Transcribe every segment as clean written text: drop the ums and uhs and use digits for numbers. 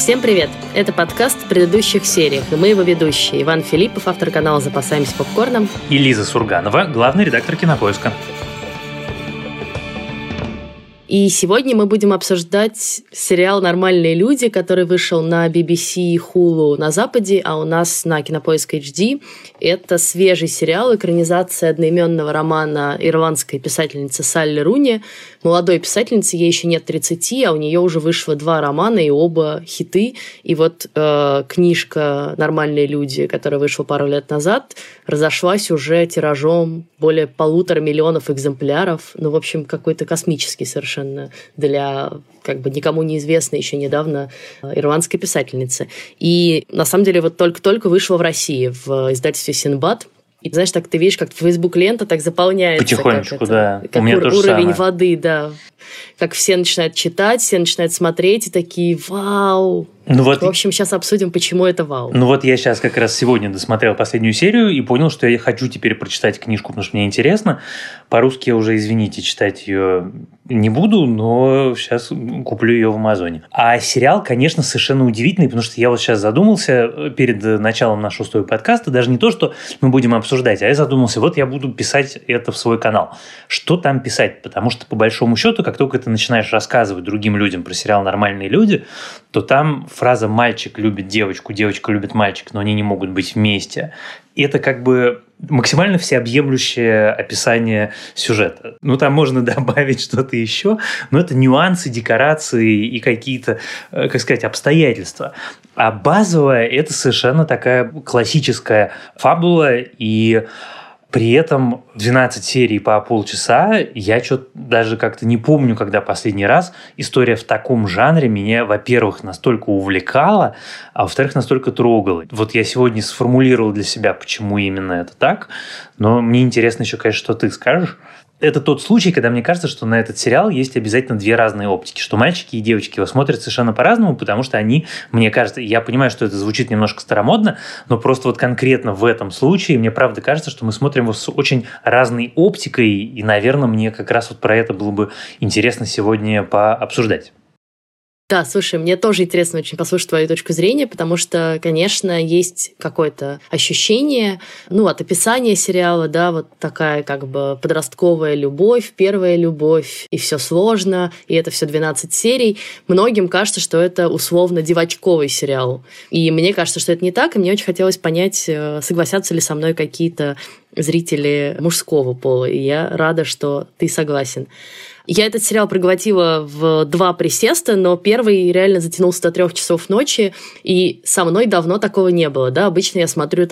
Всем привет! Это подкаст в предыдущих сериях, и мы его ведущие. Иван Филиппов, автор канала «Запасаемся попкорном». И Лиза Сурганова, главный редактор «Кинопоиска». И сегодня мы будем обсуждать сериал «Нормальные люди», который вышел на BBC и Hulu на Западе, а у нас на Кинопоиск HD. Это свежий сериал, экранизация одноименного романа ирландской писательницы Салли Руни. Молодой писательнице, ей еще нет 30, а у нее уже вышло 2 романа, и оба хиты. И вот книжка «Нормальные люди», которая вышла пару лет назад, разошлась уже тиражом более 1,5 миллиона экземпляров. Ну, в общем, какой-то космический совершенно для никому неизвестной еще недавно ирландской писательницы. И на самом деле вот только-только вышла в России в издательстве «Синбад». И знаешь, так ты видишь, как Facebook-лента так заполняется. Потихонечку, да. Как у меня уровень воды, да. Как все начинают читать, все начинают смотреть и такие «Вау!». В общем, сейчас обсудим, почему это вау. Я сейчас как раз сегодня досмотрел последнюю серию и понял, что я хочу теперь прочитать книжку, потому что мне интересно. По-русски я уже, извините, читать ее не буду, но сейчас куплю ее в Амазоне. А сериал, конечно, совершенно удивительный, потому что я вот сейчас задумался перед началом нашего с тобой подкаста, даже не то, что мы будем обсуждать, а я задумался, вот я буду писать это в свой канал. Что там писать? Потому что, по большому счету, как только ты начинаешь рассказывать другим людям про сериал «Нормальные люди», то там фраза «мальчик любит девочку, девочка любит мальчика, но они не могут быть вместе». Это максимально всеобъемлющее описание сюжета. Там можно добавить что-то еще, но это нюансы, декорации и какие-то, обстоятельства. А базовая – это совершенно такая классическая фабула, и при этом 12 серий по полчаса, я что-то даже как-то не помню, когда последний раз история в таком жанре меня, во-первых, настолько увлекала, а во-вторых, настолько трогала. Вот я сегодня сформулировал для себя, почему именно это так, но мне интересно еще, конечно, что ты скажешь. Это тот случай, когда мне кажется, что на этот сериал есть обязательно 2 разные оптики, что мальчики и девочки его смотрят совершенно по-разному, потому что они, мне кажется, я понимаю, что это звучит немножко старомодно, но просто вот конкретно в этом случае мне правда кажется, что мы смотрим его с очень разной оптикой, и, наверное, мне как раз вот про это было бы интересно сегодня пообсуждать. Да, слушай, мне тоже интересно очень послушать твою точку зрения, потому что, конечно, есть какое-то ощущение, от описания сериала, да, вот такая подростковая любовь, первая любовь, и все сложно, и это все 12 серий. Многим кажется, что это условно девочковый сериал. И мне кажется, что это не так, и мне очень хотелось понять, согласятся ли со мной какие-то зрители мужского пола, и я рада, что ты согласен. Я этот сериал проглотила в 2 присеста, но первый реально затянулся до 3 часов ночи, и со мной давно такого не было. Да? Обычно я смотрю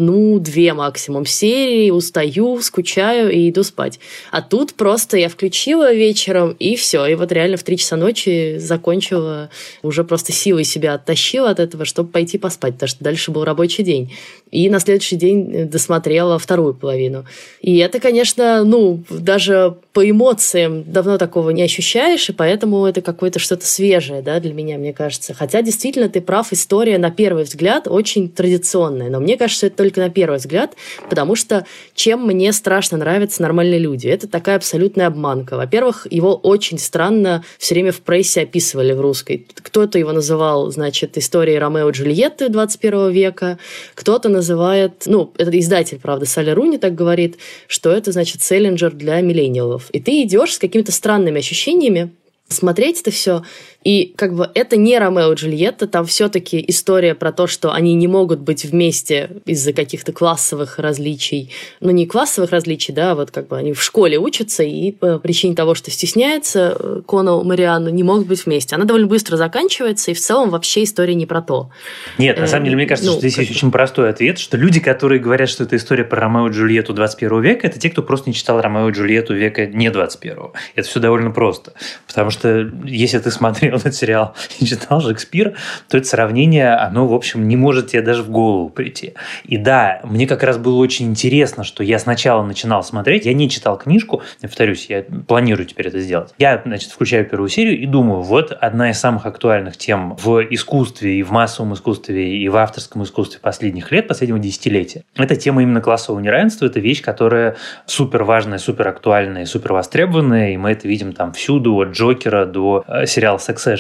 1-2 максимум серии, устаю, скучаю и иду спать. А тут просто я включила вечером, и все. И вот реально в 3 часа ночи закончила, уже просто силой себя оттащила от этого, чтобы пойти поспать, потому что дальше был рабочий день. И на следующий день досмотрела 2-ю половину. И это, конечно, даже по эмоциям давно такого не ощущаешь, и поэтому это какое-то что-то свежее, да, для меня, мне кажется. Хотя, действительно, ты прав, история на первый взгляд очень традиционная, но мне кажется, это только на первый взгляд, потому что чем мне страшно нравятся «Нормальные люди»? Это такая абсолютная обманка. Во-первых, его очень странно все время в прессе описывали в русской. Кто-то его называл, историей Ромео и Джульетты 21 века, кто-то называет, это издатель, правда, Салли Руни так говорит, что это, селлинджер для миллениалов. И ты идешь с какими-то странными ощущениями смотреть это все. И это не Ромео и Джульетта, там все-таки история про то, что они не могут быть вместе из-за каких-то классовых различий. Не классовых различий, да, они в школе учатся, и по причине того, что стесняются Конал и Марианну, не могут быть вместе. Она довольно быстро заканчивается, и в целом вообще история не про то. Нет, на самом деле, мне кажется, что здесь есть очень простой ответ, что люди, которые говорят, что это история про Ромео и Джульетту 21 века, это те, кто просто не читал Ромео и Джульетту века не 21-го. Это все довольно просто. Потому что если ты смотрел этот сериал и читал Шекспира, то это сравнение, оно, в общем, не может тебе даже в голову прийти. И да, мне как раз было очень интересно, что я сначала начинал смотреть, я не читал книжку, я повторюсь, я планирую теперь это сделать. Я, включаю 1 серию и думаю, вот одна из самых актуальных тем в искусстве, и в массовом искусстве, и в авторском искусстве последних лет, последнего десятилетия. Это тема именно классового неравенства, это вещь, которая супер важная, супер актуальная, супер востребованная, и мы это видим там всюду, от Джокера до сериала Succession.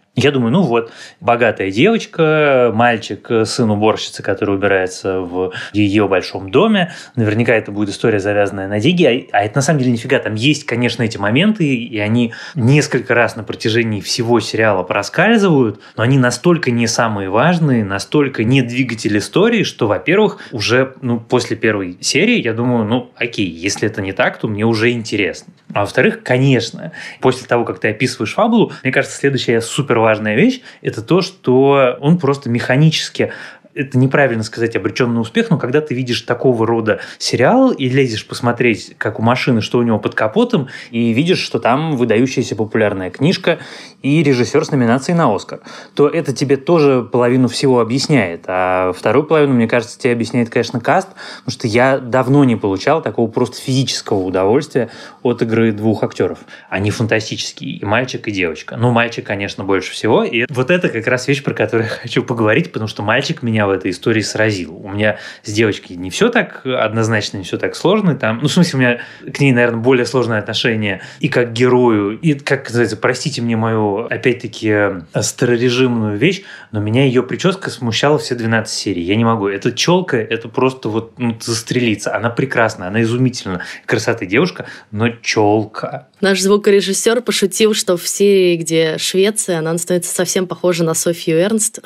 Я думаю, ну вот, богатая девочка, мальчик, сын уборщицы, который убирается в ее большом доме. Наверняка это будет история, завязанная на деньги. А это на самом деле нифига. Там есть, конечно, эти моменты, и они несколько раз на протяжении всего сериала проскальзывают, но они настолько не самые важные, настолько не двигатель истории, что, во-первых, уже после первой серии я думаю, окей, если это не так, то мне уже интересно. А во-вторых, конечно, после того, как ты описываешь фабулу, мне кажется, следующая супер важная вещь – это то, что он просто механически, это неправильно сказать обречен на успех, но когда ты видишь такого рода сериал и лезешь посмотреть, как у машины, что у него под капотом, и видишь, что там выдающаяся популярная книжка и режиссер с номинацией на «Оскар», то это тебе тоже половину всего объясняет. А вторую половину, мне кажется, тебе объясняет, конечно, каст, потому что я давно не получал такого просто физического удовольствия от игры двух актеров. Они фантастические, и мальчик, и девочка. Ну, мальчик, конечно, больше всего. И вот это как раз вещь, про которую я хочу поговорить, потому что мальчик меня в этой истории сразил. У меня с девочкой не все так однозначно, не все так сложно. Там, в смысле, у меня к ней, наверное, более сложное отношение и как к герою, и как, называется, простите мне мою, опять-таки, старорежимную вещь, но меня ее прическа смущала все 12 серий. Я не могу. Эта челка, это просто вот застрелиться. Она прекрасна, она изумительна. Красоты девушка, но челка. Наш звукорежиссер пошутил, что в серии, где Швеция, она становится совсем похожа на Софью Эрнст.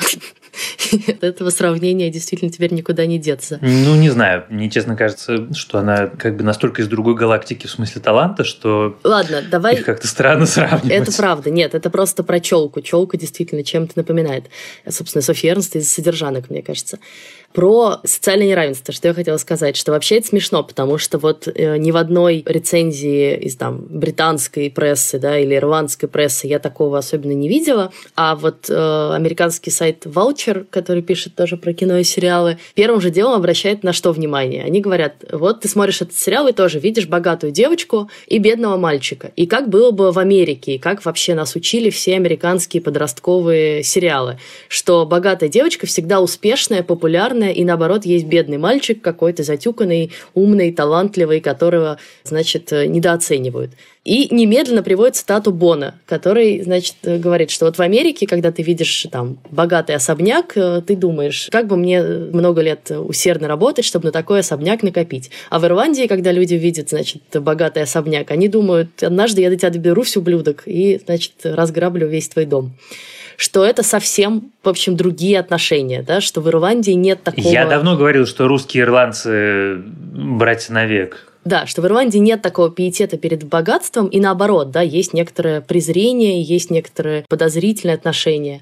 От этого сравнения действительно теперь никуда не деться. Ну, не знаю. Мне, честно кажется, что она как бы настолько из другой галактики в смысле таланта, что ладно, давай... их как-то странно сравнивать. Это правда. Нет, это просто про челку. Челка действительно чем-то напоминает. Собственно, Софья Эрнст из «Содержанок», мне кажется. Про социальное неравенство, что я хотела сказать, что вообще это смешно, потому что вот ни в одной рецензии из британской прессы, или ирландской прессы я такого особенно не видела, а вот американский сайт Vulture, который пишет тоже про кино и сериалы, первым же делом обращает на что внимание. Они говорят, вот ты смотришь этот сериал и тоже видишь богатую девочку и бедного мальчика. И как было бы в Америке, и как вообще нас учили все американские подростковые сериалы, что богатая девочка всегда успешная, популярная, и наоборот, есть бедный мальчик какой-то затюканный, умный, талантливый, которого, недооценивают. И немедленно приводит цитату Бона, который, говорит, что вот в Америке, когда ты видишь богатый особняк, ты думаешь, как бы мне много лет усердно работать, чтобы на такой особняк накопить. А в Ирландии, когда люди видят, богатый особняк, они думают, однажды я до тебя доберусь, ублюдок, и, разграблю весь твой дом. Что это совсем, в общем, другие отношения, что в Ирландии нет такого... Я давно говорил, что русские ирландцы братья навек. Да, что в Ирландии нет такого пиетета перед богатством, и наоборот, есть некоторое презрение, есть некоторое подозрительное отношение.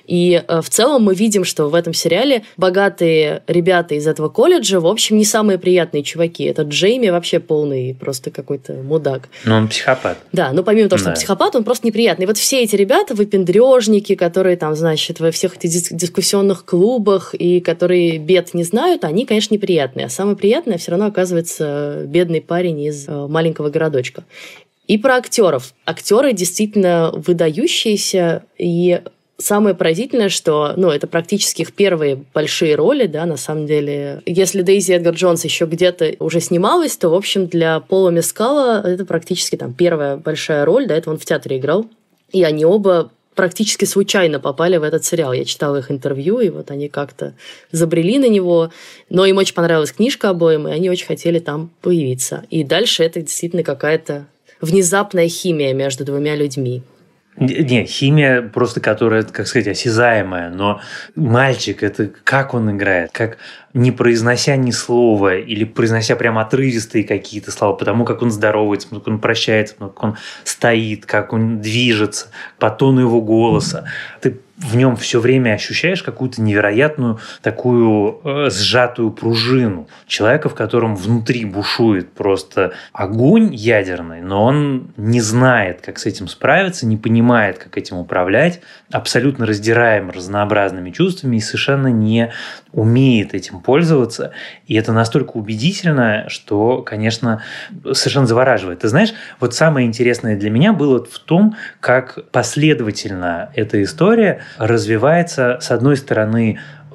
И в целом мы видим, что в этом сериале богатые ребята из этого колледжа, в общем, не самые приятные чуваки. Этот Джейми вообще полный просто какой-то мудак. Но он психопат. Да, помимо того, что он психопат, он просто неприятный. И вот все эти ребята, выпендрежники, которые во всех этих дискуссионных клубах и которые бед не знают, они, конечно, неприятные. А самое приятное все равно оказывается бедный парень из маленького городочка. И про актеров. Актеры действительно выдающиеся, и самое поразительное, что это практически их первые большие роли, на самом деле. Если Дейзи Эдгар Джонс еще где-то уже снималась, то, в общем, для Пола Мескала это практически первая большая роль. До этого он в театре играл. И они оба практически случайно попали в этот сериал. Я читала их интервью, и вот они как-то забрели на него. Но им очень понравилась книжка обоим, и они очень хотели там появиться. И дальше это действительно какая-то внезапная химия между двумя людьми. Не, химия просто, которая, как сказать, осязаемая, но мальчик, это как он играет, как не произнося ни слова или произнося прям отрывистые какие-то слова, потому как он здоровается, как он прощается, как он стоит, как он движется, по тону его голоса. Ты в нем все время ощущаешь какую-то невероятную такую сжатую пружину человека, в котором внутри бушует просто огонь ядерный, но он не знает, как с этим справиться, не понимает, как этим управлять, абсолютно раздираем разнообразными чувствами и совершенно не умеет этим пользоваться. И это настолько убедительно, что, конечно, совершенно завораживает. Ты знаешь, вот самое интересное для меня было в том, как последовательно эта история развивается, с одной стороны,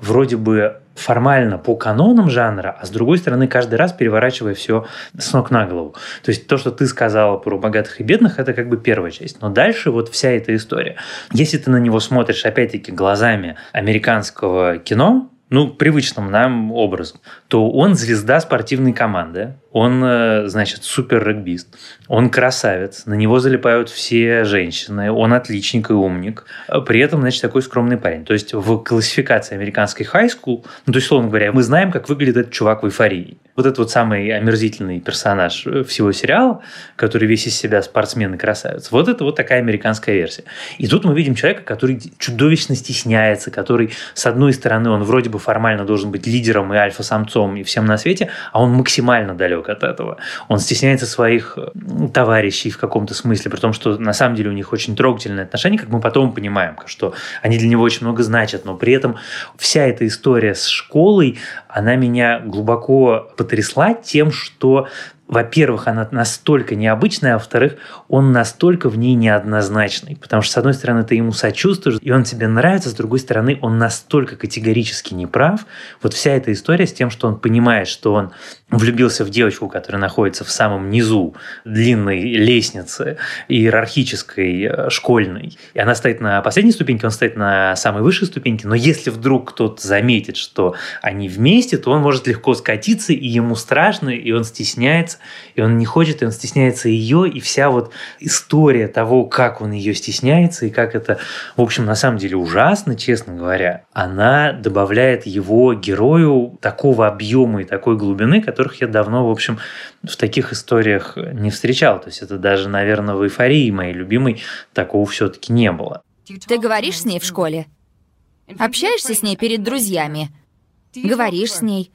вроде бы формально по канонам жанра, а с другой стороны каждый раз переворачивая все с ног на голову. То есть то, что ты сказала про богатых и бедных, это как бы первая часть. Но дальше вот вся эта история. Если ты на него смотришь, опять-таки, глазами американского кино, привычным нам образом, то он звезда спортивной команды, он, значит, супер-регбист, он красавец, на него залипают все женщины, он отличник и умник, при этом, значит, такой скромный парень. То есть в классификации американской high school, то есть, условно говоря, мы знаем, как выглядит этот чувак в «Эйфории». Вот это вот самый омерзительный персонаж всего сериала, который весь из себя спортсмен и красавец. Вот это вот такая американская версия. И тут мы видим человека, который чудовищно стесняется, который, с одной стороны, он вроде бы формально должен быть лидером и альфа-самцом и всем на свете, а он максимально далек от этого. Он стесняется своих товарищей в каком-то смысле, при том, что на самом деле у них очень трогательные отношения, как мы потом понимаем, что они для него очень много значат, но при этом вся эта история с школой, она меня глубоко потрясла тем, что, во-первых, она настолько необычная, а во-вторых, он настолько в ней неоднозначный. Потому что, с одной стороны, ты ему сочувствуешь, и он тебе нравится, с другой стороны, он настолько категорически неправ. Вот вся эта история с тем, что он понимает, что он влюбился в девочку, которая находится в самом низу длинной лестницы иерархической, школьной. И она стоит на последней ступеньке, он стоит на самой высшей ступеньке. Но если вдруг кто-то заметит, что они вместе, то он может легко скатиться, и ему страшно, и он стесняется, и он не хочет, и он стесняется ее, и вся вот история того, как он ее стесняется, и как это, в общем, на самом деле ужасно, честно говоря, она добавляет его герою такого объема и такой глубины, которых я давно, в общем, в таких историях не встречал. То есть это даже, наверное, в «Эйфории» моей любимой такого все-таки не было. Ты говоришь с ней в школе? Общаешься с ней перед друзьями? Говоришь с ней?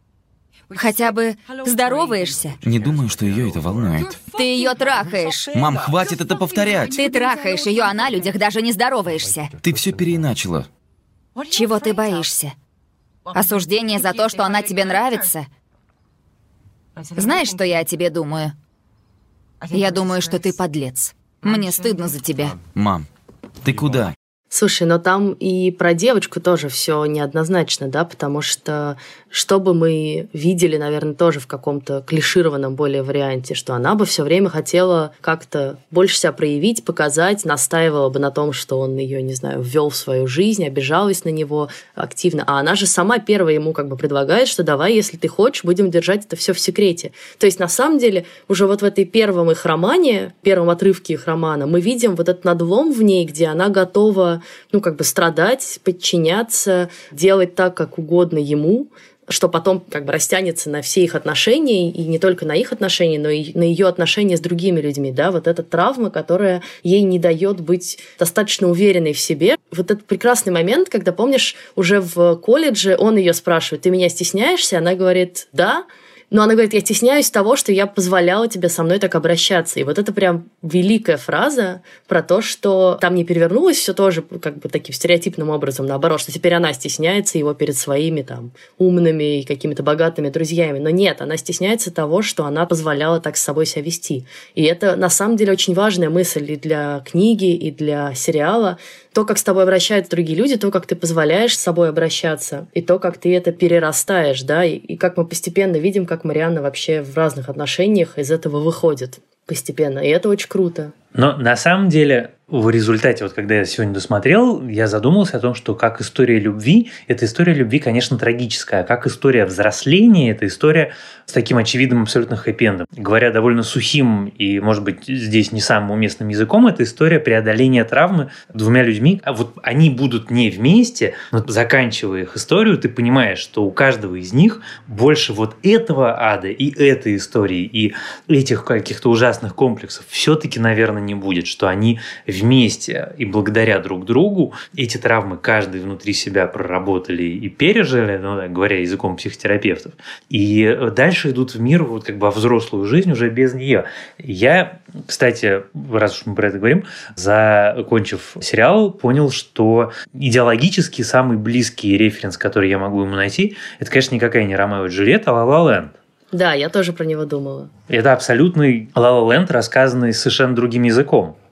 Хотя бы здороваешься? Не думаю, что ее это волнует. Ты ее трахаешь. Мам, хватит это повторять. Ты трахаешь ее, а на людях даже не здороваешься. Ты все переиначила. Чего ты боишься? Осуждение за то, что она тебе нравится? Знаешь, что я о тебе думаю? Я думаю, что ты подлец. Мне стыдно за тебя. Мам, ты куда? Слушай, но там и про девочку тоже все неоднозначно, да, потому что бы мы видели, наверное, тоже в каком-то клишированном более варианте, что она бы все время хотела как-то больше себя проявить, показать, настаивала бы на том, что он ее, не знаю, ввел в свою жизнь, обижалась на него активно. А она же сама первая ему как бы предлагает, что давай, если ты хочешь, будем держать это все в секрете. То есть, на самом деле, уже вот в этой первом их романе, первом отрывке их романа, мы видим вот этот надлом в ней, где она готова страдать, подчиняться, делать так, как угодно ему, что потом как бы растянется на все их отношения, и не только на их отношения, но и на ее отношения с другими людьми, да, вот эта травма, которая ей не дает быть достаточно уверенной в себе. Вот этот прекрасный момент, когда, помнишь, уже в колледже он ее спрашивает: ты меня стесняешься? Она говорит: да. Но она говорит: я стесняюсь того, что я позволяла тебе со мной так обращаться. И вот это прям великая фраза про то, что там не перевернулось все тоже как бы таким стереотипным образом, наоборот, что теперь она стесняется его перед своими там умными и какими-то богатыми друзьями. Но нет, она стесняется того, что она позволяла так с собой себя вести. И это на самом деле очень важная мысль и для книги, и для сериала. То, как с тобой обращаются другие люди, то, как ты позволяешь с собой обращаться, и то, как ты это перерастаешь, да, и как мы постепенно видим, как Марианна вообще в разных отношениях из этого выходит постепенно. И это очень круто. Но на самом деле в результате, вот когда я сегодня досмотрел, я задумался о том, что как история любви, эта история любви, конечно, трагическая, а как история взросления, это история с таким очевидным абсолютно хэппи-эндом. Говоря довольно сухим и, может быть, здесь не самым уместным языком, это история преодоления травмы двумя людьми. А вот они будут не вместе, но заканчивая их историю, ты понимаешь, что у каждого из них больше вот этого ада и этой истории, и этих каких-то ужасных комплексов все-таки, наверное, не будет, что они вместе и благодаря друг другу эти травмы каждый внутри себя проработали и пережили, говоря языком психотерапевтов, и дальше идут в мир вот как бы во взрослую жизнь уже без нее. Я, кстати, раз уж мы про это говорим, закончив сериал, понял, что идеологически самый близкий референс, который я могу ему найти, это, конечно, никакая не Ромео и Джульетта, а «Ла Ла Ленд». Да, я тоже про него думала. Это абсолютный «Ла Ла Ленд», рассказанный совершенно другим языком.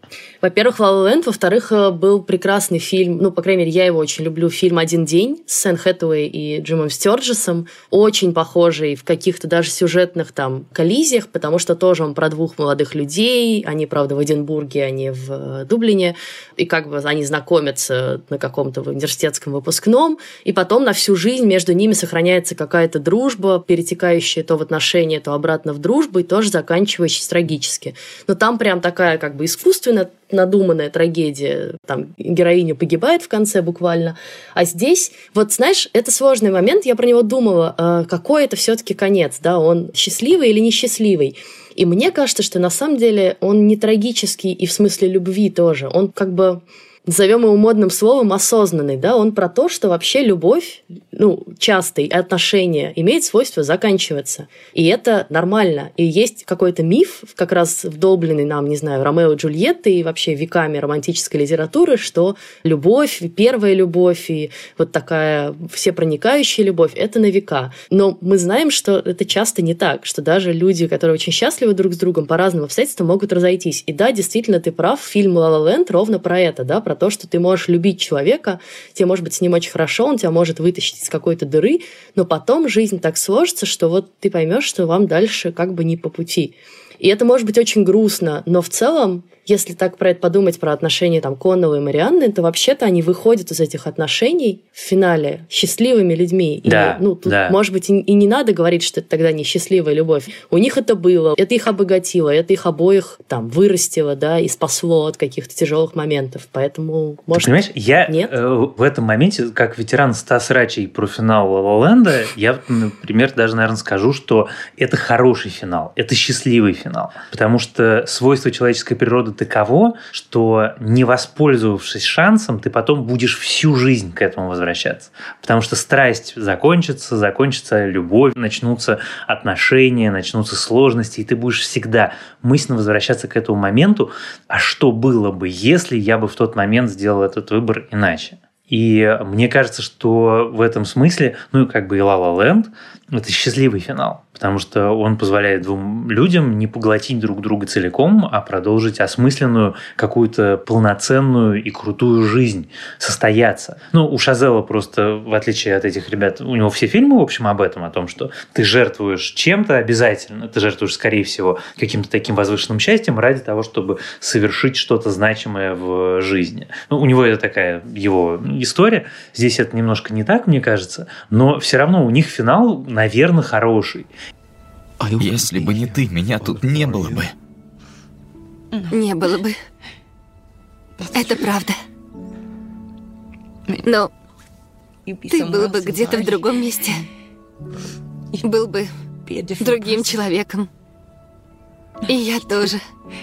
Во-первых, «Ла Ла Ленд», во-вторых, был прекрасный фильм, ну, по крайней мере, я его очень люблю, фильм «Один день» с Энн Хэтэуэй и Джимом Стёрджесом, очень похожий в каких-то даже сюжетных там коллизиях, потому что тоже он про двух молодых людей, они, правда, в Эдинбурге, они в Дублине, и как бы они знакомятся на каком-то университетском выпускном, и потом на всю жизнь между ними сохраняется какая-то дружба, перетекающая то в отношения, то обратно в дружбу, и тоже заканчивающаяся трагически. Но там прям такая как бы искусственно надуманная трагедия, там героиня погибает в конце буквально. А здесь, вот знаешь, это сложный момент, я про него думала, какой это все-таки конец, да, он счастливый или несчастливый. И мне кажется, что на самом деле он не трагический и в смысле любви тоже, он как бы, назовем его модным словом, осознанный, да, он про то, что вообще любовь, ну, частые отношения имеет свойство заканчиваться. И это нормально. И есть какой-то миф, как раз вдолбленный нам, не знаю, Ромео и Джульеттой и вообще веками романтической литературы, что любовь, первая любовь и вот такая всепроникающая любовь — это на века. Но мы знаем, что это часто не так, что даже люди, которые очень счастливы друг с другом, по разным обстоятельствам могут разойтись. И да, действительно, ты прав, фильм «Ла Ла Ленд» ровно про это, да, про то, что ты можешь любить человека, тебе может быть с ним очень хорошо, он тебя может вытащить из какой-то дыры, но потом жизнь так сложится, что вот ты поймешь, что вам дальше как бы не по пути. И это может быть очень грустно, но в целом, если так про это подумать, про отношения там Коннелла и Марианны, то вообще-то они выходят из этих отношений в финале счастливыми людьми. Да, и, ну, тут, да. может быть, и не надо говорить, что это тогда не счастливая любовь. У них это было, это их обогатило, это их обоих там вырастило, да, и спасло от каких-то тяжелых моментов. Поэтому, может, ты понимаешь, я нет? В этом моменте, как ветеран Стас Рачей про финал «Ла Ла Ленда», я, например, даже, наверное, скажу, что это хороший финал, это счастливый финал. Потому что свойство человеческой природы таково, что не воспользовавшись шансом, ты потом будешь всю жизнь к этому возвращаться. Потому что страсть закончится любовь, начнутся отношения, начнутся сложности, и ты будешь всегда мысленно возвращаться к этому моменту. А что было бы, если я бы в тот момент сделал этот выбор иначе? И мне кажется, что в этом смысле, ну, как бы и «Ла Ла Ленд» — это счастливый финал, потому что он позволяет двум людям не поглотить друг друга целиком, а продолжить осмысленную, какую-то полноценную и крутую жизнь, состояться. Ну, у Шазела просто, в отличие от этих ребят, у него все фильмы, в общем, об этом, о том, что ты жертвуешь чем-то обязательно, ты жертвуешь, скорее всего, каким-то таким возвышенным счастьем ради того, чтобы совершить что-то значимое в жизни. Ну, у него это такая его история. Здесь это немножко не так, мне кажется, но все равно у них финал, наверное, хороший. Если бы не ты, меня тут не было бы. Не было бы. Это правда. Но ты был бы где-то в другом месте. Был бы другим человеком. И я тоже.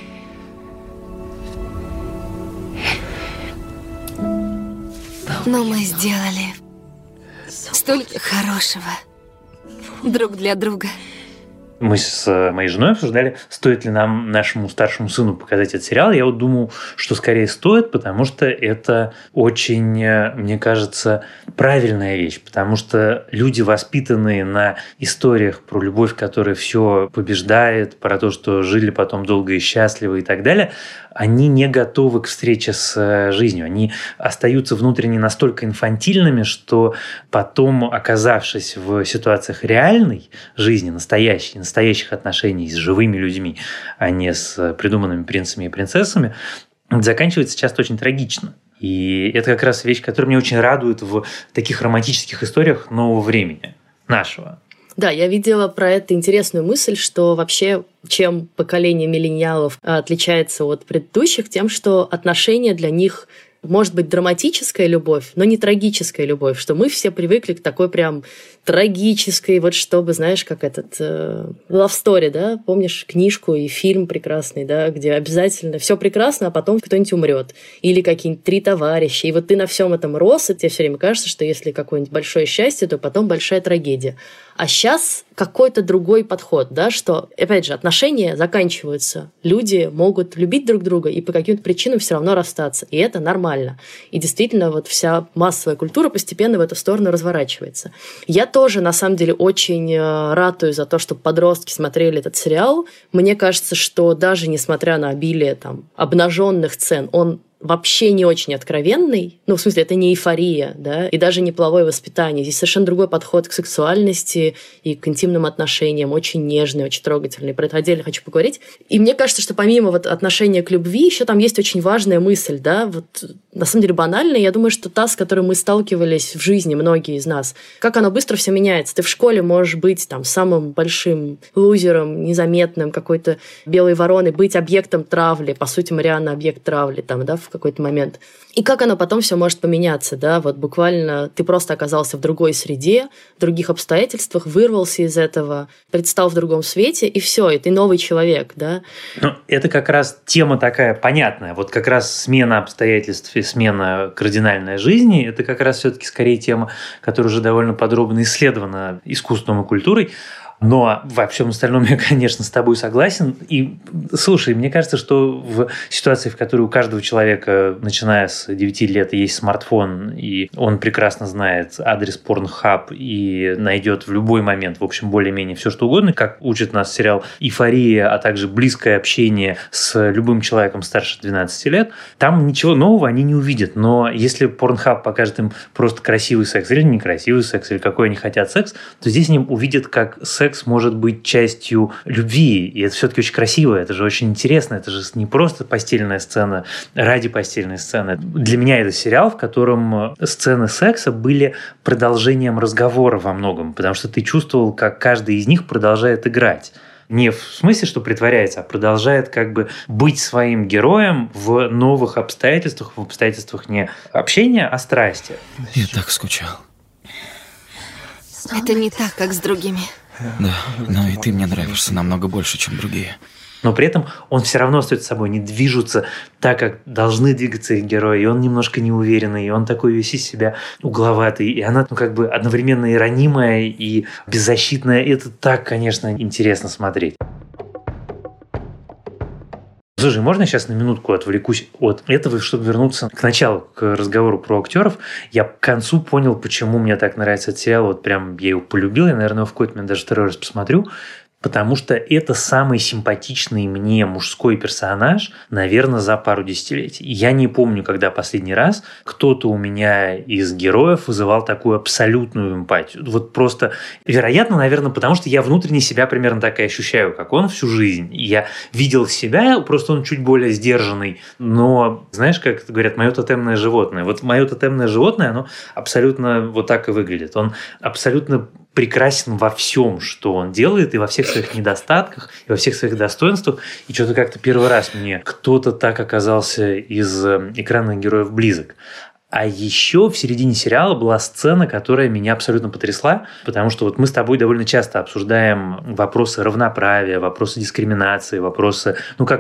Но мы сделали столько хорошего друг для друга. Мы с моей женой обсуждали, стоит ли нам, нашему старшему сыну, показать этот сериал. Я вот думал, что скорее стоит, потому что это очень, мне кажется, правильная вещь. Потому что люди, воспитанные на историях про любовь, которая все побеждает, про то, что жили потом долго и счастливо и так далее, они не готовы к встрече с жизнью. Они остаются внутренне настолько инфантильными, что потом, оказавшись в ситуациях реальной жизни, настоящих отношений с живыми людьми, а не с придуманными принцами и принцессами, заканчивается часто очень трагично. И это как раз вещь, которая меня очень радует в таких романтических историях нового времени, нашего. Да, я видела про это интересную мысль, что вообще чем поколение миллениалов отличается от предыдущих, тем, что отношения для них может быть драматическая любовь, но не трагическая любовь, что мы все привыкли к такой прям трагической, вот чтобы, знаешь, как этот love story, да, помнишь книжку и фильм прекрасный, да, где обязательно все прекрасно, а потом кто-нибудь умрет, или какие-нибудь три товарища, и вот ты на всем этом рос, и тебе все время кажется, что если какое-нибудь большое счастье, то потом большая трагедия. А сейчас какой-то другой подход, да, что, опять же, отношения заканчиваются, люди могут любить друг друга и по каким-то причинам все равно расстаться, и это нормально. И действительно, вот вся массовая культура постепенно в эту сторону разворачивается. Я тоже, на самом деле, очень ратую за то, чтобы подростки смотрели этот сериал. Мне кажется, что даже несмотря на обилие там обнаженных сцен, он вообще не очень откровенный, ну, в смысле, это не эйфория, да, и даже не половое воспитание. Здесь совершенно другой подход к сексуальности и к интимным отношениям, очень нежный, очень трогательный. Про это отдельно хочу поговорить. И мне кажется, что помимо вот отношения к любви, еще там есть очень важная мысль, да, вот на самом деле банальная, я думаю, что та, с которой мы сталкивались в жизни, многие из нас, как оно быстро все меняется. Ты в школе можешь быть там самым большим лузером, незаметным, какой-то белой вороной, быть объектом травли, по сути, Марианна объект травли, там, да, в какой-то момент. И как оно потом все может поменяться, да, вот буквально ты просто оказался в другой среде, в других обстоятельствах, вырвался из этого, предстал в другом свете, и все, и ты новый человек, да. Ну, это как раз тема такая понятная, вот как раз смена обстоятельств и смена кардинальной жизни, это как раз все-таки скорее тема, которая уже довольно подробно исследована искусством и культурой. Но во всем остальном я, конечно, с тобой согласен. И, слушай, мне кажется, что в ситуации, в которой у каждого человека, начиная с 9 лет, есть смартфон, и он прекрасно знает адрес Pornhub и найдет в любой момент, в общем, более-менее все, что угодно, как учит нас сериал «Эйфория», а также близкое общение с любым человеком старше 12 лет, там ничего нового они не увидят. Но если Pornhub покажет им просто красивый секс или некрасивый секс, или какой они хотят секс, то здесь они увидят, как секс может быть частью любви, и это все-таки очень красиво, это же очень интересно, это же не просто постельная сцена ради постельной сцены. Для меня это сериал, в котором сцены секса были продолжением разговора во многом, потому что ты чувствовал, как каждый из них продолжает играть. Не в смысле, что притворяется, а продолжает как бы быть своим героем в новых обстоятельствах, в обстоятельствах не общения, а страсти. Я так скучал. Это не так, как с другими. Да, но и ты мне нравишься намного больше, чем другие. Но при этом он все равно остается собой, не движутся так, как должны двигаться их герои, и он немножко неуверенный, и он такой весь из себя угловатый, и она как бы одновременно и ранимая, и беззащитная. И это так, конечно, интересно смотреть. Слушай, можно я сейчас на минутку отвлекусь от этого, чтобы вернуться к началу, к разговору про актеров? Я к концу понял, почему мне так нравится этот сериал. Вот прям я его полюбил, я, наверное, в какой-то момент даже второй раз посмотрю. Потому что это самый симпатичный мне мужской персонаж, наверное, за пару десятилетий. Я не помню, когда последний раз кто-то у меня из героев вызывал такую абсолютную эмпатию. Вот просто, вероятно, наверное, потому что я внутренне себя примерно так и ощущаю, как он всю жизнь. И я видел себя, просто он чуть более сдержанный. Но, знаешь, как говорят, мое тотемное животное. Вот мое тотемное животное, оно абсолютно вот так и выглядит. Он абсолютно прекрасен во всем, что он делает, и во всех своих недостатках, и во всех своих достоинствах. И что-то как-то первый раз мне кто-то так оказался из экранных героев близок. А еще в середине сериала была сцена, которая меня абсолютно потрясла, потому что вот мы с тобой довольно часто обсуждаем вопросы равноправия, вопросы дискриминации, вопросы,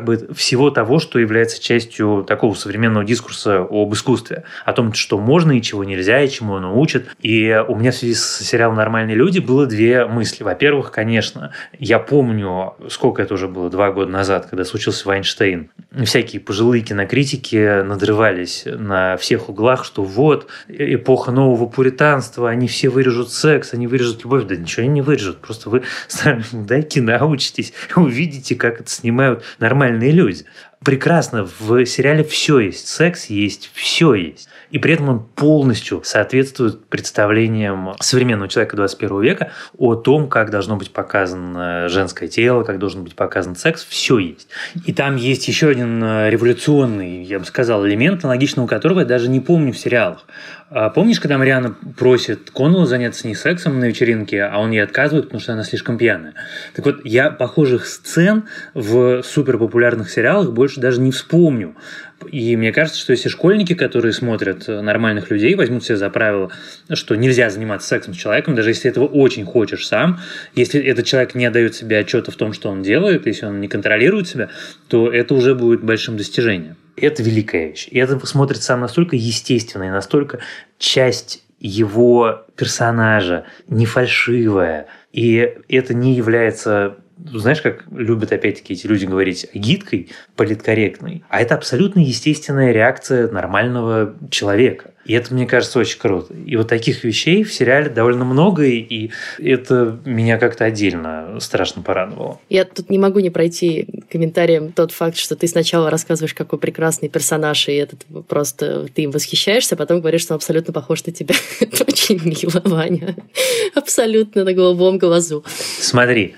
всего того, что является частью такого современного дискурса об искусстве, о том, что можно и чего нельзя, и чему оно учит. И у меня в связи с сериалом «Нормальные люди» было две мысли. Во-первых, конечно, я помню, сколько это уже было, 2 года назад, когда случился Вайнштейн. Всякие пожилые кинокритики надрывались на всех углах, что вот, эпоха нового пуританства, они все вырежут секс, они вырежут любовь. Да ничего они не вырежут, просто вы сами научитесь, увидите, как это снимают нормальные люди. Прекрасно, в сериале все есть, секс есть, все есть. И при этом он полностью соответствует представлениям современного человека 21 века о том, как должно быть показано женское тело, как должен быть показан секс, все есть. И там есть еще один революционный, я бы сказал, элемент, аналогичного которого я даже не помню в сериалах. Помнишь, когда Марианна просит Коннелла заняться с ней сексом на вечеринке, а он ей отказывает, потому что она слишком пьяная? Так вот, я похожих сцен в суперпопулярных сериалах больше даже не вспомню. И мне кажется, что если школьники, которые смотрят нормальных людей, возьмут себе за правило, что нельзя заниматься сексом с человеком, даже если этого очень хочешь сам, если этот человек не отдает себе отчета в том, что он делает, если он не контролирует себя, то это уже будет большим достижением. Это великая вещь. И это смотрится настолько естественно, и настолько часть его персонажа, не фальшивая, И это не является... Знаешь, как любят опять-таки эти люди говорить гидкой, политкорректной, а это абсолютно естественная реакция нормального человека. И это, мне кажется, очень круто. И вот таких вещей в сериале довольно много, и это меня как-то отдельно страшно порадовало. Я тут не могу не пройти комментарием тот факт, что ты сначала рассказываешь, какой прекрасный персонаж, и этот просто ты им восхищаешься, а потом говоришь, что он абсолютно похож на тебя. Это очень мило, Ваня. Абсолютно на голубом глазу. Смотри,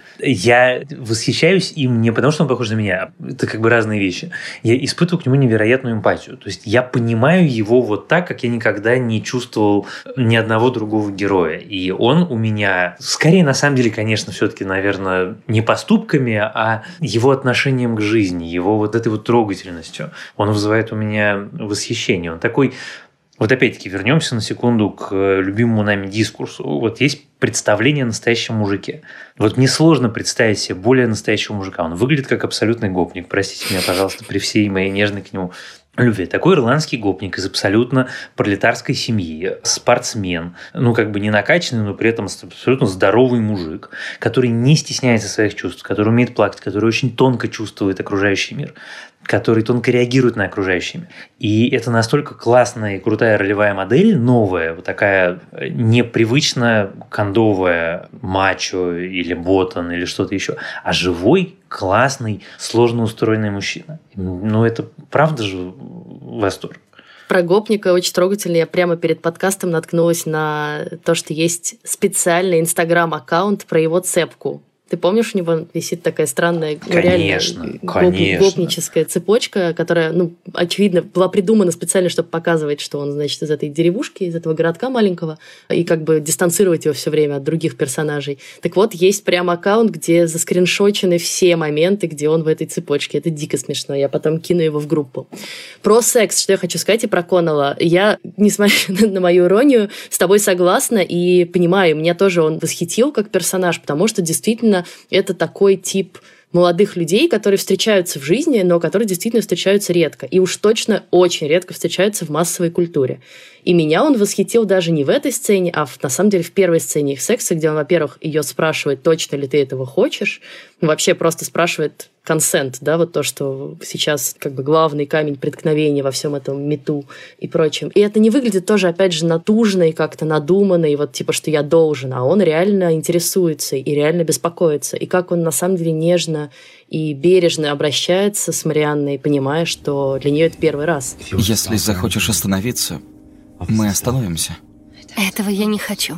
я восхищаюсь им не потому, что он похож на меня. Это как бы разные вещи. Я испытываю к нему невероятную эмпатию. То есть я понимаю его вот так, как я никогда не чувствовал ни одного другого героя. И он у меня, скорее, на самом деле, конечно, все-таки, наверное, не поступками, а его отношением к жизни, его вот этой вот трогательностью. Он вызывает у меня восхищение. Он такой... Вот опять-таки вернемся на секунду к любимому нами дискурсу. Вот есть представление о настоящем мужике. Вот мне сложно представить себе более настоящего мужика. Он выглядит как абсолютный гопник. Простите меня, пожалуйста, при всей моей нежной к нему любви. Такой ирландский гопник из абсолютно пролетарской семьи, спортсмен, ну как бы не накачанный, но при этом абсолютно здоровый мужик, который не стесняется своих чувств, который умеет плакать, который очень тонко чувствует окружающий мир, который тонко реагирует на окружающий мир. И это настолько классная и крутая ролевая модель, новая, вот такая непривычная кондовая мачо или ботан или что-то еще, а живой, классный, сложно устроенный мужчина. Ну, это правда же восторг. Про гопника очень трогательно. Я прямо перед подкастом наткнулась на то, что есть специальный инстаграм-аккаунт про его цепку. Ты помнишь, у него висит такая странная, конечно. гопническая цепочка, которая, очевидно, была придумана специально, чтобы показывать, что он, значит, из этой деревушки, из этого городка маленького, и как бы дистанцировать его все время от других персонажей. Так вот, есть прям аккаунт, где заскриншочены все моменты, где он в этой цепочке. Это дико смешно. Я потом кину его в группу. Про секс, что я хочу сказать, и про Коннелла. Я, несмотря на мою иронию, с тобой согласна и понимаю, меня тоже он восхитил как персонаж, потому что действительно это такой тип молодых людей, которые встречаются в жизни, но которые действительно встречаются редко. И уж точно очень редко встречаются в массовой культуре. И меня он восхитил даже не в этой сцене, а на самом деле в первой сцене их секса, где он, во-первых, ее спрашивает, точно ли ты этого хочешь, вообще просто спрашивает консент, да, вот то, что сейчас как бы главный камень преткновения во всем этом мету и прочем. И это не выглядит тоже, опять же, натужно и как-то надуманно, и вот типа, что я должен, а он реально интересуется и реально беспокоится. И как он на самом деле нежно и бережно обращается с Марианной, понимая, что для нее это первый раз. Если захочешь остановиться, мы остановимся. Этого я не хочу.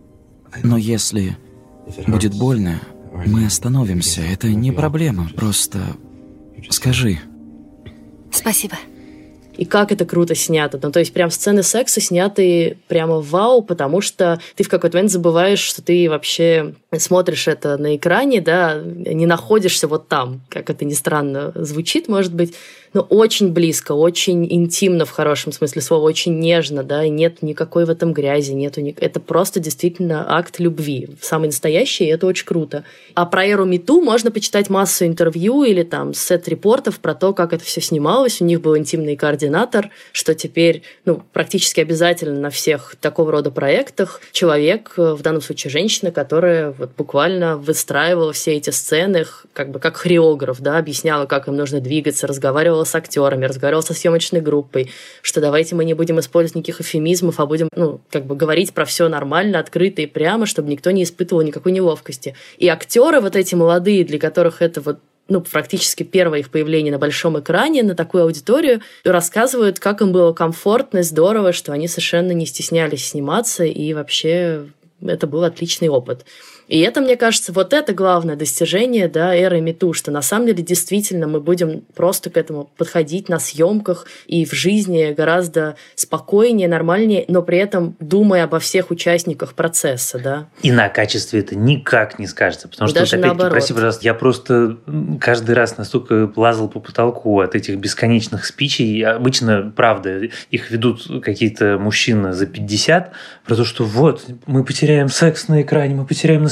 Но если будет больно, мы остановимся. Это не проблема. Просто скажи. Спасибо. И как это круто снято. Ну, то есть прям сцены секса сняты прямо вау, потому что ты в какой-то момент забываешь, что ты вообще смотришь это на экране, да, не находишься вот там, как это ни странно звучит, может быть, но очень близко, очень интимно в хорошем смысле слова, очень нежно, да, и нет никакой в этом грязи, это просто действительно акт любви, самый настоящий, и это очень круто. А про эру МeToo можно почитать массу интервью или там сет-репортов про то, как это все снималось, у них был интимный координатор, что теперь, практически обязательно на всех такого рода проектах человек, в данном случае женщина, которая вот буквально выстраивала все эти сцены, как бы как хореограф, да, объясняла, как им нужно двигаться, разговаривала с актерами, разговаривала со съемочной группой, что давайте мы не будем использовать никаких эвфемизмов, а будем, говорить про все нормально, открыто и прямо, чтобы никто не испытывал никакой неловкости. И актеры вот эти молодые, для которых это вот практически первое их появление на большом экране, на такую аудиторию, рассказывают, как им было комфортно и здорово, что они совершенно не стеснялись сниматься, и вообще это был отличный опыт. И это, мне кажется, вот это главное достижение, да, эры МeToo, что на самом деле действительно мы будем просто к этому подходить на съемках и в жизни гораздо спокойнее, нормальнее, но при этом думая обо всех участниках процесса, да. И на качестве это никак не скажется, потому что, даже опять-таки, прости, пожалуйста, я просто каждый раз настолько лазал по потолку от этих бесконечных спичей. Обычно, правда, их ведут какие-то мужчины за 50, про то, что вот, мы потеряем секс на экране, мы потеряем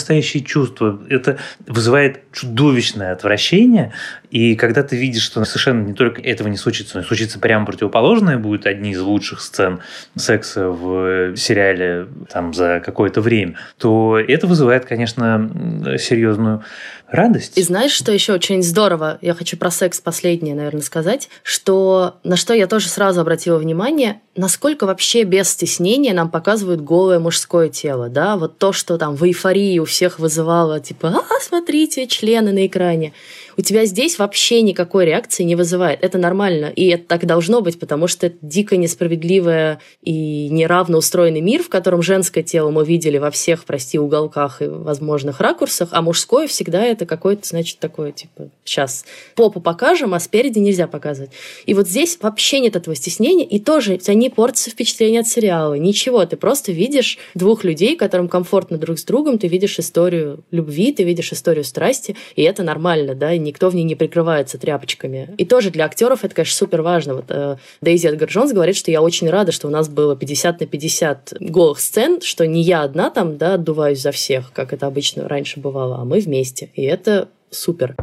настоящие чувства. Это вызывает чудовищное отвращение. И когда ты видишь, что совершенно не только этого не случится, но и случится прямо противоположное, будет одни из лучших сцен секса в сериале там, за какое-то время, то это вызывает, конечно, серьезную радость. И знаешь, что еще очень здорово? Я хочу про секс последнее, наверное, сказать, что на что я тоже сразу обратила внимание, насколько вообще без стеснения нам показывают голое мужское тело, да? Вот то, что там в эйфории у всех вызывало, типа, смотрите, члены на экране. У тебя здесь вообще никакой реакции не вызывает. Это нормально, и это так должно быть, потому что это дико несправедливый и неравно устроенный мир, в котором женское тело мы видели во всех, прости, уголках и возможных ракурсах, а мужское всегда это какое-то, значит, такое, типа, сейчас попу покажем, а спереди нельзя показывать. И вот здесь вообще нет этого стеснения, и тоже у тебя не портится впечатление от сериала, ничего, ты просто видишь двух людей, которым комфортно друг с другом, ты видишь историю любви, ты видишь историю страсти, и это нормально, да, и никто в ней не прикрывается тряпочками. И тоже для актеров это, конечно, супер важно. Вот Дейзи Эдгар-Джонс говорит, что я очень рада, что у нас было 50/50 голых сцен, что не я одна там, да, отдуваюсь за всех, как это обычно раньше бывало, а мы вместе. И это супер.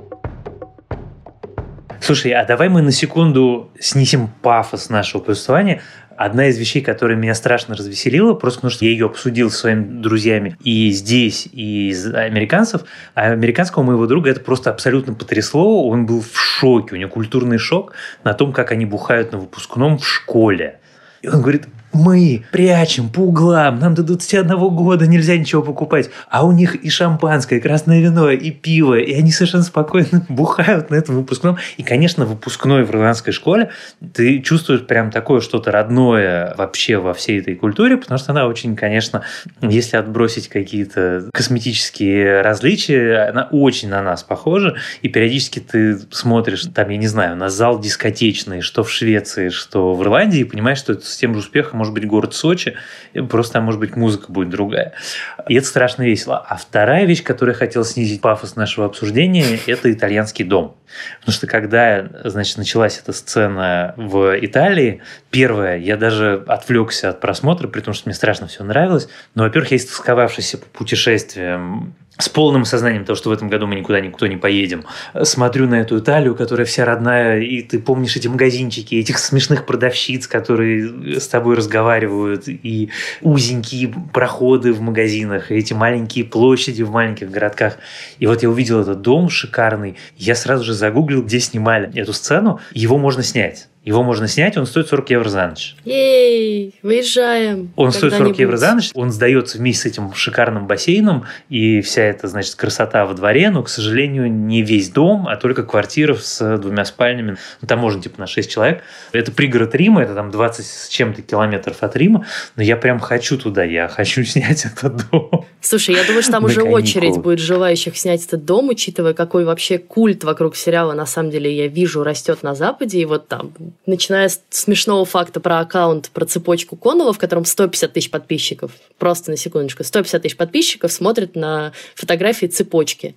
Слушай, а давай мы на секунду снизим пафос нашего повествования. Одна из вещей, которая меня страшно развеселила, просто потому что я ее обсудил со своими друзьями и здесь, и из американцев, а американского моего друга это просто абсолютно потрясло. Он был в шоке, у него культурный шок на том, как они бухают на выпускном в школе. И он говорит: мы прячем по углам, нам до 21 года нельзя ничего покупать, а у них и шампанское, и красное вино, и пиво, и они совершенно спокойно бухают на этом выпускном. И, конечно, выпускной в ирландской школе ты чувствуешь прям такое что-то родное вообще во всей этой культуре, потому что она очень, конечно, если отбросить какие-то косметические различия, она очень на нас похожа, и периодически ты смотришь, там, я не знаю, на зал дискотечный, что в Швеции, что в Ирландии, и понимаешь, что это с тем же успехом может быть город Сочи, просто, может быть, музыка будет другая. И это страшно весело. А вторая вещь, которую я хотел снизить пафос нашего обсуждения, это итальянский дом. Потому что когда, значит, началась эта сцена в Италии, первое, я даже отвлекся от просмотра, при том, что мне страшно все нравилось. Но, во-первых, я истосковавшийся по путешествиям, с полным сознанием того, что в этом году мы никуда никто не поедем, смотрю на эту Италию, которая вся родная, и ты помнишь эти магазинчики, этих смешных продавщиц, которые с тобой разговаривают, и узенькие проходы в магазинах, и эти маленькие площади в маленьких городках. И вот я увидел этот дом шикарный, я сразу же загуглил, где снимали эту сцену, его можно снять. Его можно снять, он стоит 40 евро за ночь. Ей, выезжаем. Он стоит 40 евро за ночь, он сдается вместе с этим шикарным бассейном, и вся эта, значит, красота во дворе, но, к сожалению, не весь дом, а только квартира с 2 спальнями. Ну, там можно, типа, на 6 человек. Это пригород Рима, это там 20 с чем-то километров от Рима, но я прям хочу туда, я хочу снять этот дом. Слушай, я думаю, что там уже очередь будет желающих снять этот дом, учитывая, какой вообще культ вокруг сериала, на самом деле, я вижу, растет на Западе, и вот там, начиная с смешного факта про аккаунт, про цепочку Коннелла, в котором 150 тысяч подписчиков, просто на секундочку, 150 тысяч подписчиков смотрят на фотографии цепочки,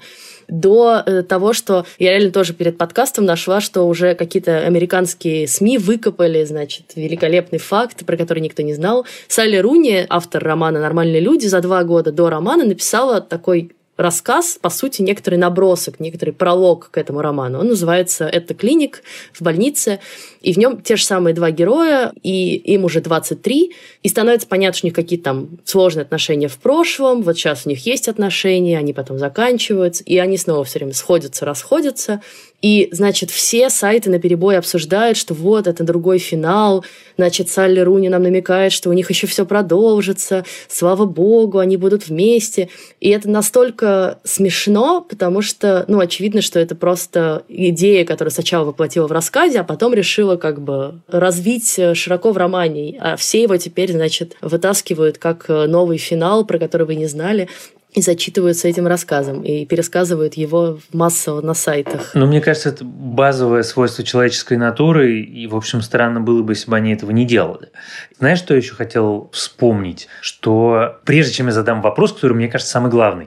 до того, что я реально тоже перед подкастом нашла, что уже какие-то американские СМИ выкопали, значит, великолепный факт, про который никто не знал. Салли Руни, автор романа «Нормальные люди», за 2 года до романа написала такой рассказ, по сути, некоторый набросок, некоторый пролог к этому роману. Он называется «Это клиник в больнице», и в нем те же самые 2 героя, и им уже 23, и становится понятно, что у них какие-то там сложные отношения в прошлом, вот сейчас у них есть отношения, они потом заканчиваются, и они снова все время сходятся, расходятся, и, значит, все сайты наперебой обсуждают, что вот, это другой финал, значит, Салли Руни нам намекает, что у них еще все продолжится, слава богу, они будут вместе. И это настолько смешно, потому что, ну, очевидно, что это просто идея, которую сначала воплотила в рассказе, а потом решила как бы развить широко в романе. А все его теперь, значит, вытаскивают как новый финал, про который вы не знали, и зачитываются этим рассказом, и пересказывают его массово на сайтах. Ну, мне кажется, это базовое свойство человеческой натуры, и, в общем, странно было бы, если бы они этого не делали. Знаешь, что я еще хотел вспомнить? Что прежде чем я задам вопрос, который, мне кажется, самый главный,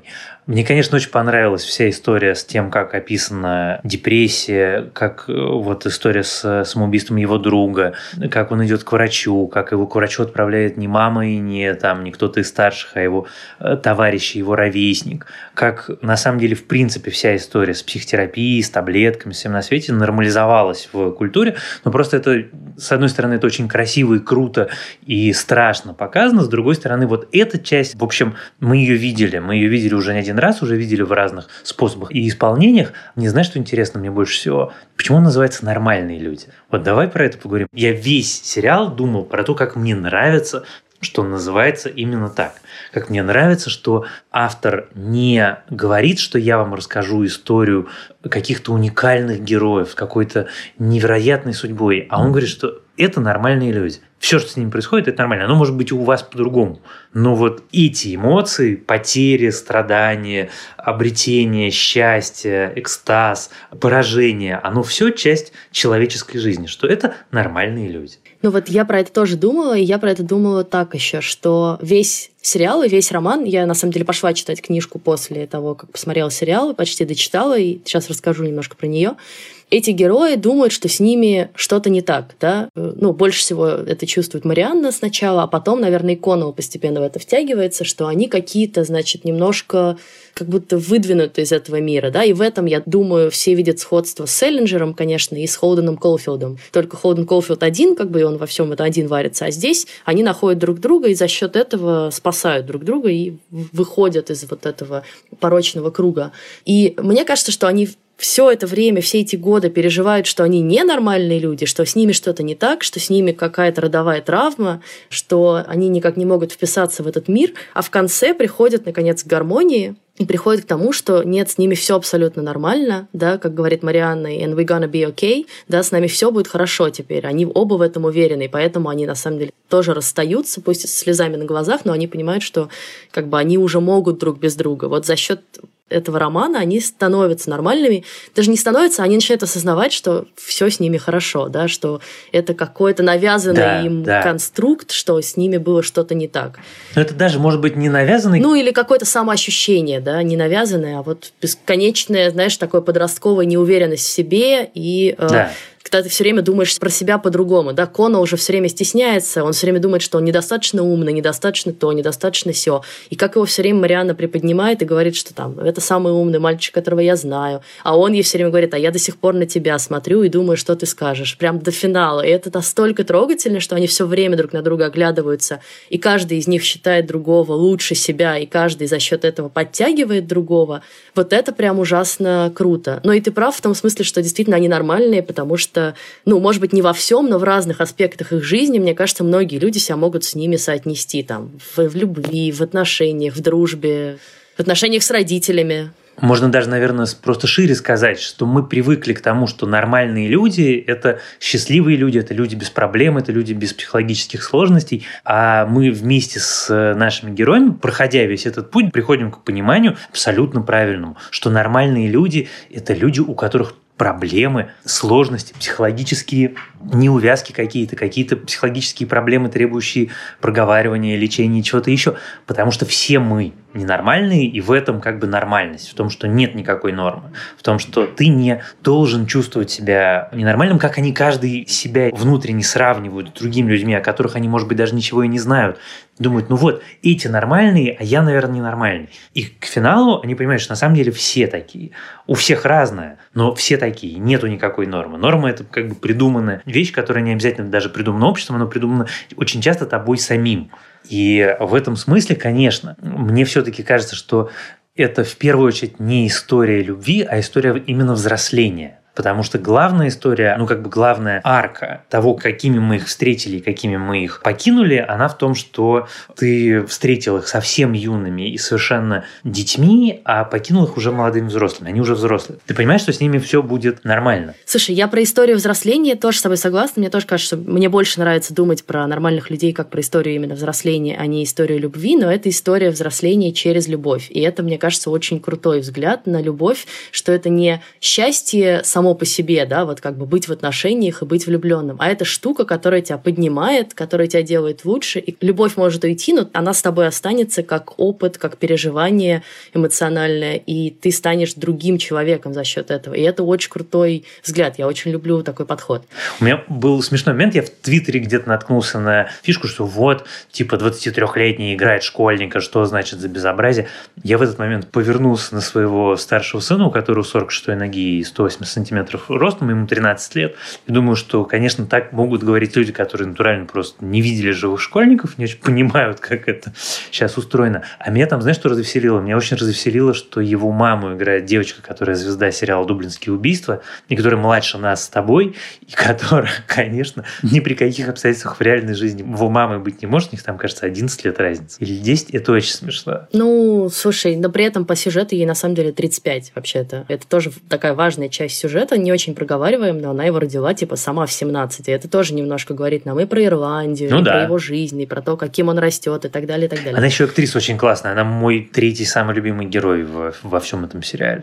Мне, конечно, очень понравилась вся история с тем, как описана депрессия, как вот история с самоубийством его друга, как он идет к врачу, как его к врачу отправляет не мама и не кто-то из старших, а его товарищ, его ровесник. Как, на самом деле, в принципе, вся история с психотерапией, с таблетками, всем на свете нормализовалась в культуре. Но просто это, с одной стороны, это очень красиво и круто и страшно показано, с другой стороны, вот эта часть, в общем, мы ее видели уже не один раз, уже видели в разных способах и исполнениях. Мне, знаешь, что интересно мне больше всего? Почему он называется «Нормальные люди»? Вот давай про это поговорим. Я весь сериал думал про то, как мне нравится, что он называется именно так. Как мне нравится, что автор не говорит, что я вам расскажу историю каких-то уникальных героев с какой-то невероятной судьбой, а он говорит, что это нормальные люди. Все, что с ними происходит, это нормально. Оно может быть у вас по-другому. Но вот эти эмоции, потери, страдания, обретение, счастье, экстаз, поражение, оно все часть человеческой жизни, что это нормальные люди. Ну вот я про это тоже думала, и я про это думала так еще, что весь сериал и весь роман, я на самом деле пошла читать книжку после того, как посмотрела сериал, почти дочитала, и сейчас расскажу немножко про нее. Эти герои думают, что с ними что-то не так, да? Ну, больше всего это чувствует Марианна сначала, а потом, наверное, и Коннелл постепенно в это втягивается, что они какие-то, значит, немножко как будто выдвинуты из этого мира, да? И в этом, я думаю, все видят сходство с Селлинджером, конечно, и с Холденом Колфилдом. Только Холден Колфилд один, как бы, и он во всем это один варится, а здесь они находят друг друга и за счет этого спасают друг друга и выходят из вот этого порочного круга. И мне кажется, что они все это время, все эти годы переживают, что они ненормальные люди, что с ними что-то не так, что с ними какая-то родовая травма, что они никак не могут вписаться в этот мир, а в конце приходят, наконец, к гармонии и приходят к тому, что нет, с ними все абсолютно нормально, да, как говорит Марианна, and we're gonna be okay, да, с нами все будет хорошо теперь. Они оба в этом уверены, и поэтому они, на самом деле, тоже расстаются, пусть и со слезами на глазах, но они понимают, что как бы они уже могут друг без друга. Вот за счет этого романа они становятся нормальными. Даже не становятся, они начинают осознавать, что все с ними хорошо, да, что это какой-то навязанный им конструкт, что с ними было что-то не так. Но это даже может быть не навязанный. Ну, или какое-то самоощущение, да, не навязанное, а вот бесконечная, знаешь, такая подростковая неуверенность в себе и... когда ты все время думаешь про себя по-другому, да, Коннелл уже все время стесняется, он все время думает, что он недостаточно умный, недостаточно то, недостаточно сё. И как его все время Марианна приподнимает и говорит, что там, это самый умный мальчик, которого я знаю. А он ей все время говорит, а я до сих пор на тебя смотрю и думаю, что ты скажешь. Прям до финала. И это настолько трогательно, что они все время друг на друга оглядываются, и каждый из них считает другого лучше себя, и каждый за счет этого подтягивает другого. Вот это прям ужасно круто. Но и ты прав в том смысле, что действительно они нормальные, потому что ну, может быть, не во всем, но в разных аспектах их жизни, мне кажется, многие люди себя могут с ними соотнести там, в любви, в отношениях, в дружбе, в отношениях с родителями. Можно даже, наверное, просто шире сказать, что мы привыкли к тому, что нормальные люди – это счастливые люди, это люди без проблем, это люди без психологических сложностей, а мы вместе с нашими героями, проходя весь этот путь, приходим к пониманию абсолютно правильному, что нормальные люди – это люди, у которых проблемы, сложности, психологические неувязки какие-то психологические проблемы, требующие проговаривания, лечения, чего-то еще. Потому что все мы ненормальные, и в этом как бы нормальность. В том, что нет никакой нормы. В том, что ты не должен чувствовать себя ненормальным, как они каждый себя внутренне сравнивают с другими людьми, о которых они, может быть, даже ничего и не знают. Думают, ну вот, эти нормальные, а я, наверное, ненормальный. И к финалу они понимают, что на самом деле все такие. У всех разное, но все такие. Нету никакой нормы. Норма – это как бы придуманная вещь, которая не обязательно даже придумана обществом, она придумана очень часто тобой самим. И в этом смысле, конечно, мне все-таки кажется, что это в первую очередь не история любви, а история именно взросления. Потому что главная история, ну как бы главная арка того, какими мы их встретили и какими мы их покинули, она в том, что ты встретил их совсем юными и совершенно детьми, а покинул их уже молодыми взрослыми. Они уже взрослые. Ты понимаешь, что с ними все будет нормально? Слушай, я про историю взросления тоже с тобой согласна. Мне тоже кажется, что мне больше нравится думать про нормальных людей как про историю именно взросления, а не историю любви, но это история взросления через любовь. И это, мне кажется, очень крутой взгляд на любовь, что это не счастье само само по себе, да, вот как бы быть в отношениях и быть влюбленным. А это штука, которая тебя поднимает, которая тебя делает лучше. И любовь может уйти, но она с тобой останется как опыт, как переживание эмоциональное, и ты станешь другим человеком за счет этого. И это очень крутой взгляд. Я очень люблю такой подход. У меня был смешной момент. Я в Твиттере где-то наткнулся на фишку, что вот, типа, 23-летний играет школьника, что значит за безобразие. Я в этот момент повернулся на своего старшего сына, у которого 46-й ноги и 180 сантиметров ростом, ему 13 лет. И думаю, что, конечно, так могут говорить люди, которые натурально просто не видели живых школьников, не очень понимают, как это сейчас устроено. А меня там, знаешь, что развеселило? Меня очень развеселило, что его маму играет девочка, которая звезда сериала «Дублинские убийства», и которая младше нас с тобой, и которая, конечно, ни при каких обстоятельствах в реальной жизни его мамой быть не может. У них там, кажется, 11 лет разницы. Или 10. Это очень смешно. Ну, слушай, но при этом по сюжету ей на самом деле 35 вообще-то. Это тоже такая важная часть сюжета, не очень проговариваем, но она его родила типа сама в 17. И это тоже немножко говорит нам и про Ирландию, и про его жизнь, и про то, каким он растет, и так далее, и так далее. Она еще актриса очень классная. Она мой третий самый любимый герой во всем этом сериале.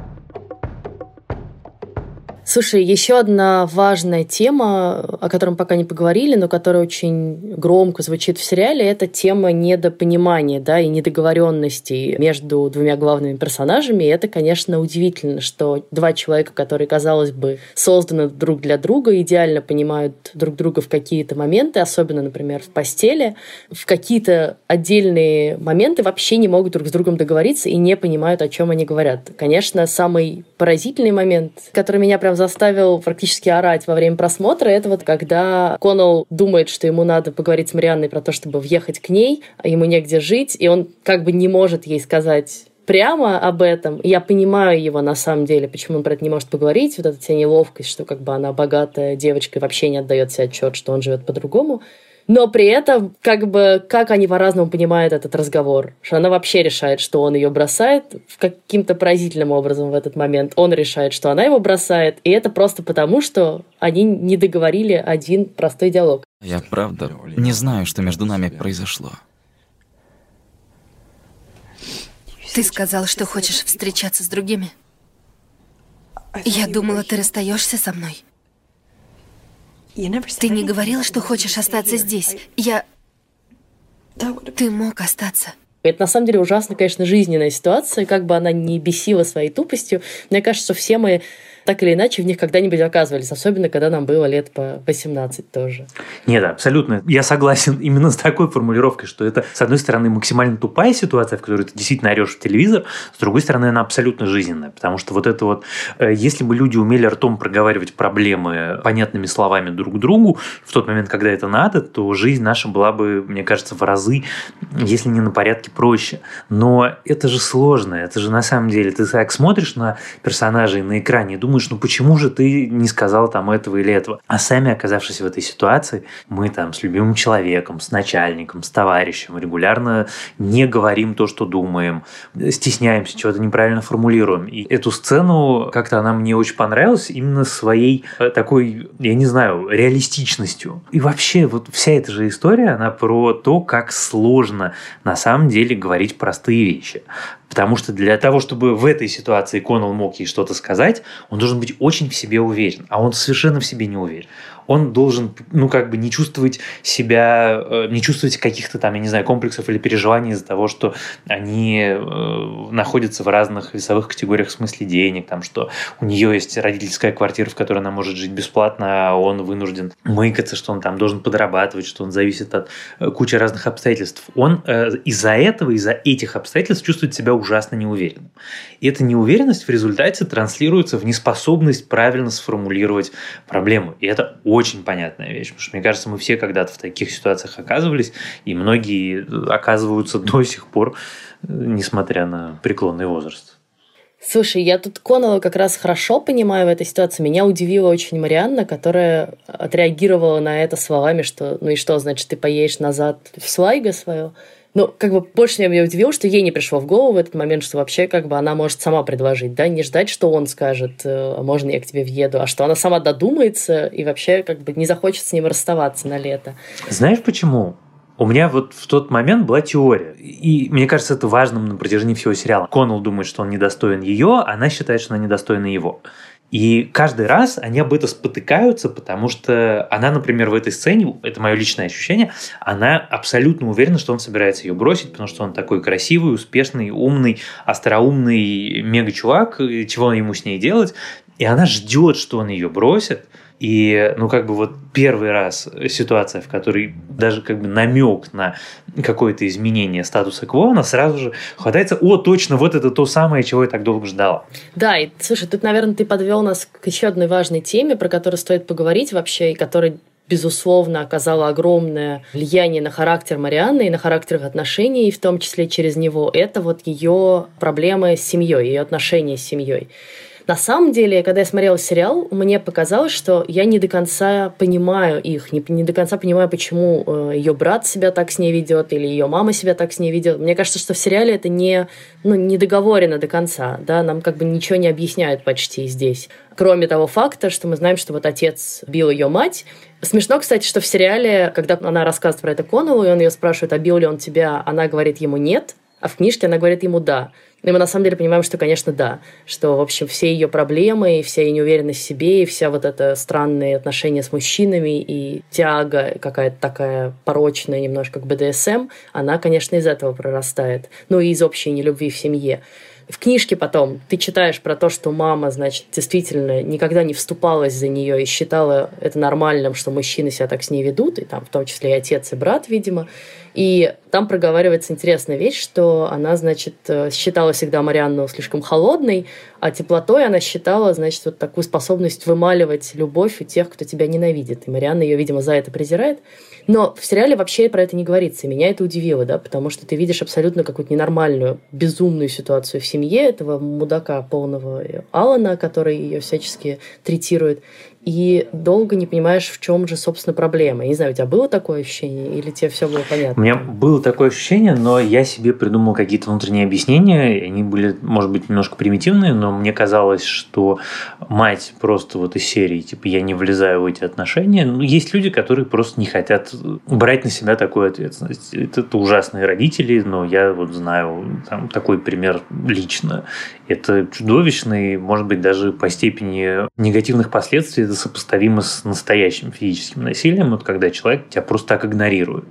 Слушай, еще одна важная тема, о которой пока не поговорили, но которая очень громко звучит в сериале, это тема недопонимания, да, и недоговоренностей между двумя главными персонажами. И это, конечно, удивительно, что два человека, которые, казалось бы, созданы друг для друга, идеально понимают друг друга в какие-то моменты, особенно, например, в постели, в какие-то отдельные моменты вообще не могут друг с другом договориться и не понимают, о чем они говорят. Конечно, самый поразительный момент, который меня прям заставил практически орать во время просмотра, это вот когда Коннелл думает, что ему надо поговорить с Марианной про то, чтобы въехать к ней, а ему негде жить, и он как бы не может ей сказать прямо об этом. И я понимаю его на самом деле, почему он про это не может поговорить, вот эта вся неловкость, что как бы она богатая девочка и вообще не отдает себе отчет, что он живет по-другому. Но при этом, как они по-разному понимают этот разговор. Что она вообще решает, что он ее бросает каким-то поразительным образом в этот момент. Он решает, что она его бросает. И это просто потому, что они не договорили один простой диалог. Я правда не знаю, что между нами произошло. Ты сказал, что хочешь встречаться с другими. Я думала, ты расстаешься со мной. Ты не говорил, что хочешь остаться здесь. Ты мог остаться. Это на самом деле ужасно, конечно, жизненная ситуация, как бы она ни бесила своей тупостью. Мне кажется, что все мы так или иначе в них когда-нибудь оказывались, особенно когда нам было лет по 18 тоже. Нет, абсолютно. Я согласен именно с такой формулировкой, что это, с одной стороны, максимально тупая ситуация, в которой ты действительно орешь в телевизор, с другой стороны, она абсолютно жизненная, потому что вот это вот, если бы люди умели ртом проговаривать проблемы понятными словами друг другу в тот момент, когда это надо, то жизнь наша была бы, мне кажется, в разы, если не на порядке проще. Но это же сложно, это же на самом деле, ты так смотришь на персонажей на экране и думаешь, ну почему же ты не сказал там этого или этого? А сами, оказавшись в этой ситуации, мы там с любимым человеком, с начальником, с товарищем регулярно не говорим то, что думаем, стесняемся, чего-то неправильно формулируем. И эту сцену как-то она мне очень понравилась именно своей такой, я не знаю, реалистичностью. И вообще вот вся эта же история, она про то, как сложно на самом деле говорить простые вещи. Потому что для того, чтобы в этой ситуации Коннелл мог ей что-то сказать, он должен быть очень в себе уверен. А он совершенно в себе не уверен. Он должен, не чувствовать себя, не чувствовать каких-то там, я не знаю, комплексов или переживаний из-за того, что они находятся в разных весовых категориях в смысле денег, там, что у нее есть родительская квартира, в которой она может жить бесплатно, а он вынужден мыкаться, что он там должен подрабатывать, что он зависит от кучи разных обстоятельств. Он из-за этого, из-за этих обстоятельств чувствует себя ужасно неуверенным. И эта неуверенность в результате транслируется в неспособность правильно сформулировать проблему. И это очень понятная вещь, потому что, мне кажется, мы все когда-то в таких ситуациях оказывались, и многие оказываются до сих пор, несмотря на преклонный возраст. Слушай, я тут Коннелла как раз хорошо понимаю в этой ситуации. Меня удивила очень Марианна, которая отреагировала на это словами, что ну и что, значит, ты поедешь назад в Слайго свое? Ну, больше меня удивило, что ей не пришло в голову в этот момент, что вообще она может сама предложить, да, не ждать, что он скажет, можно я к тебе въеду, а что она сама додумается и вообще не захочет с ним расставаться на лето. Знаешь почему? У меня вот в тот момент была теория, и мне кажется, это важным на протяжении всего сериала. Коннелл думает, что он недостоин ее, она считает, что она недостойна его. И каждый раз они об этом спотыкаются, потому что она, например, в этой сцене, это мое личное ощущение, она абсолютно уверена, что он собирается ее бросить, потому что он такой красивый, успешный, умный, остроумный мега-чувак, чего ему с ней делать. И она ждет, что он ее бросит. И, первый раз ситуация, в которой даже намек на какое-то изменение статуса кво, она сразу же хватается, точно, вот это то самое, чего я так долго ждала. Да, и, слушай, тут, наверное, ты подвел нас к еще одной важной теме, про которую стоит поговорить вообще, и которая, безусловно, оказала огромное влияние на характер Марианны и на характер их отношений, и в том числе через него. Это ее проблемы с семьей, ее отношения с семьей. На самом деле, когда я смотрела сериал, мне показалось, что я не до конца понимаю их, не до конца понимаю, почему ее брат себя так с ней ведет или ее мама себя так с ней ведет. Мне кажется, что в сериале это не договорено до конца, да, нам ничего не объясняют почти здесь. Кроме того факта, что мы знаем, что отец бил ее мать. Смешно, кстати, что в сериале, когда она рассказывает про это Коннеллу, и он ее спрашивает, а бил ли он тебя, она говорит ему нет, а в книжке она говорит ему да. И мы на самом деле понимаем, что, конечно, да. Что, в общем, все ее проблемы, и вся ее неуверенность в себе, и вся это странные отношения с мужчинами, и тяга какая-то такая порочная немножко к БДСМ, она, конечно, из этого прорастает. И из общей нелюбви в семье. В книжке потом ты читаешь про то, что мама, действительно никогда не вступалась за нее и считала это нормальным, что мужчины себя так с ней ведут, и там в том числе и отец, и брат, видимо. И там проговаривается интересная вещь, что она, считала всегда Марианну слишком холодной, а теплотой она считала, такую способность вымаливать любовь у тех, кто тебя ненавидит. И Марианна ее, видимо, за это презирает. Но в сериале вообще про это не говорится. И меня это удивило, да, потому что ты видишь абсолютно какую-то ненормальную, безумную ситуацию в семье этого мудака полного Алана, который ее всячески третирует. И долго не понимаешь, в чем же, собственно, проблема. Я не знаю, у тебя было такое ощущение, или тебе все было понятно? У меня было такое ощущение, но я себе придумал какие-то внутренние объяснения. Они были, может быть, немножко примитивные, но мне казалось, что мать просто из серии, я не влезаю в эти отношения. Есть люди, которые просто не хотят брать на себя такую ответственность. Это ужасные родители, но я знаю такой пример лично. Это чудовищный, может быть, даже по степени негативных последствий это сопоставимо с настоящим физическим насилием, когда человек тебя просто так игнорирует.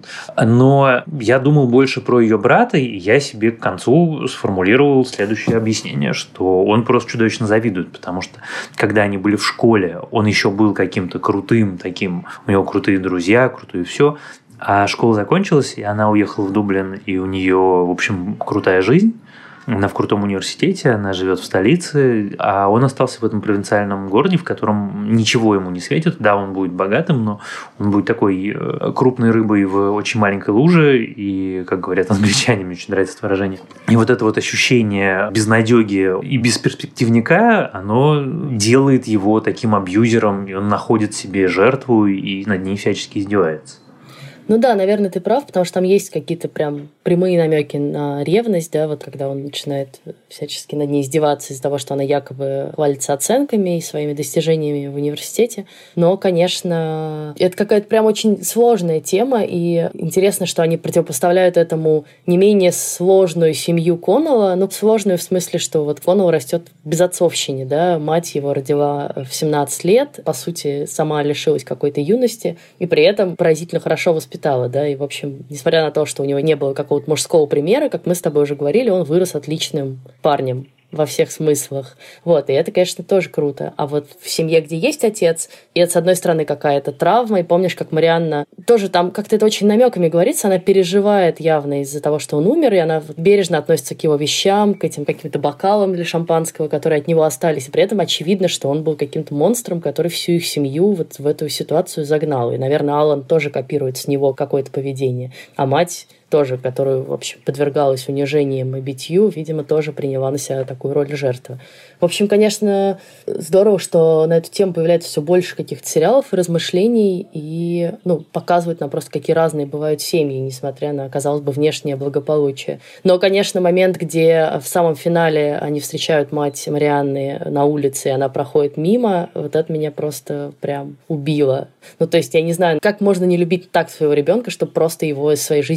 Но я думал больше про ее брата, и я себе к концу сформулировал следующее объяснение, что он просто чудовищно завидует, потому что когда они были в школе, он еще был каким-то крутым таким, у него крутые друзья, крутое все, а школа закончилась, и она уехала в Дублин, и у нее, в общем, крутая жизнь. Она в крутом университете, она живет в столице, а он остался в этом провинциальном городе, в котором ничего ему не светит. Да, он будет богатым, но он будет такой крупной рыбой в очень маленькой луже, и, как говорят англичане, мне очень нравится это выражение. И это ощущение безнадёги и бесперспективника, оно делает его таким абьюзером, и он находит себе жертву и над ней всячески издевается. Да, наверное, ты прав, потому что там есть какие-то прям прямые намеки на ревность, да, когда он начинает всячески над ней издеваться из-за того, что она якобы хвалится оценками и своими достижениями в университете. Но, конечно, это какая-то прям очень сложная тема, и интересно, что они противопоставляют этому не менее сложную семью Коннелла, сложную в смысле, что Коннелл растет в безотцовщине, да, мать его родила в 17 лет, по сути, сама лишилась какой-то юности, и при этом поразительно хорошо воспитала, да, и, в общем, несмотря на то, что у него не было какого-то мужского примера, как мы с тобой уже говорили, он вырос отличным парнем во всех смыслах. И это, конечно, тоже круто. А в семье, где есть отец, и это, с одной стороны, какая-то травма, и помнишь, как Марианна тоже там как-то это очень намеками говорится, она переживает явно из-за того, что он умер, и она бережно относится к его вещам, к этим каким-то бокалам для шампанского, которые от него остались, и при этом очевидно, что он был каким-то монстром, который всю их семью в эту ситуацию загнал. И, наверное, Алан тоже копирует с него какое-то поведение. А мать тоже, которую, в общем, подвергалась унижениям и битью, видимо, тоже приняла на себя такую роль жертвы. В общем, конечно, здорово, что на эту тему появляется все больше каких-то сериалов и размышлений, и показывают нам просто, какие разные бывают семьи, несмотря на, казалось бы, внешнее благополучие. Но, конечно, момент, где в самом финале они встречают мать Марианны на улице, и она проходит мимо, это меня просто прям убило. То есть, я не знаю, как можно не любить так своего ребенка, чтобы просто его из своей жизни вычеркнуть.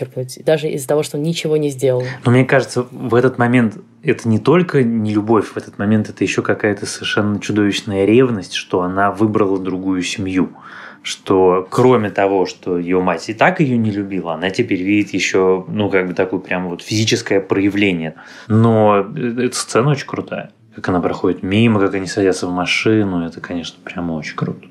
вычеркнуть, даже из-за того, что он ничего не сделал. Но мне кажется, в этот момент это не только не любовь, в этот момент это еще какая-то совершенно чудовищная ревность, что она выбрала другую семью. Что кроме того, что ее мать и так ее не любила, она теперь видит еще, такое прям вот физическое проявление. Но эта сцена очень крутая. Как она проходит мимо, как они садятся в машину, это, конечно, прямо очень круто.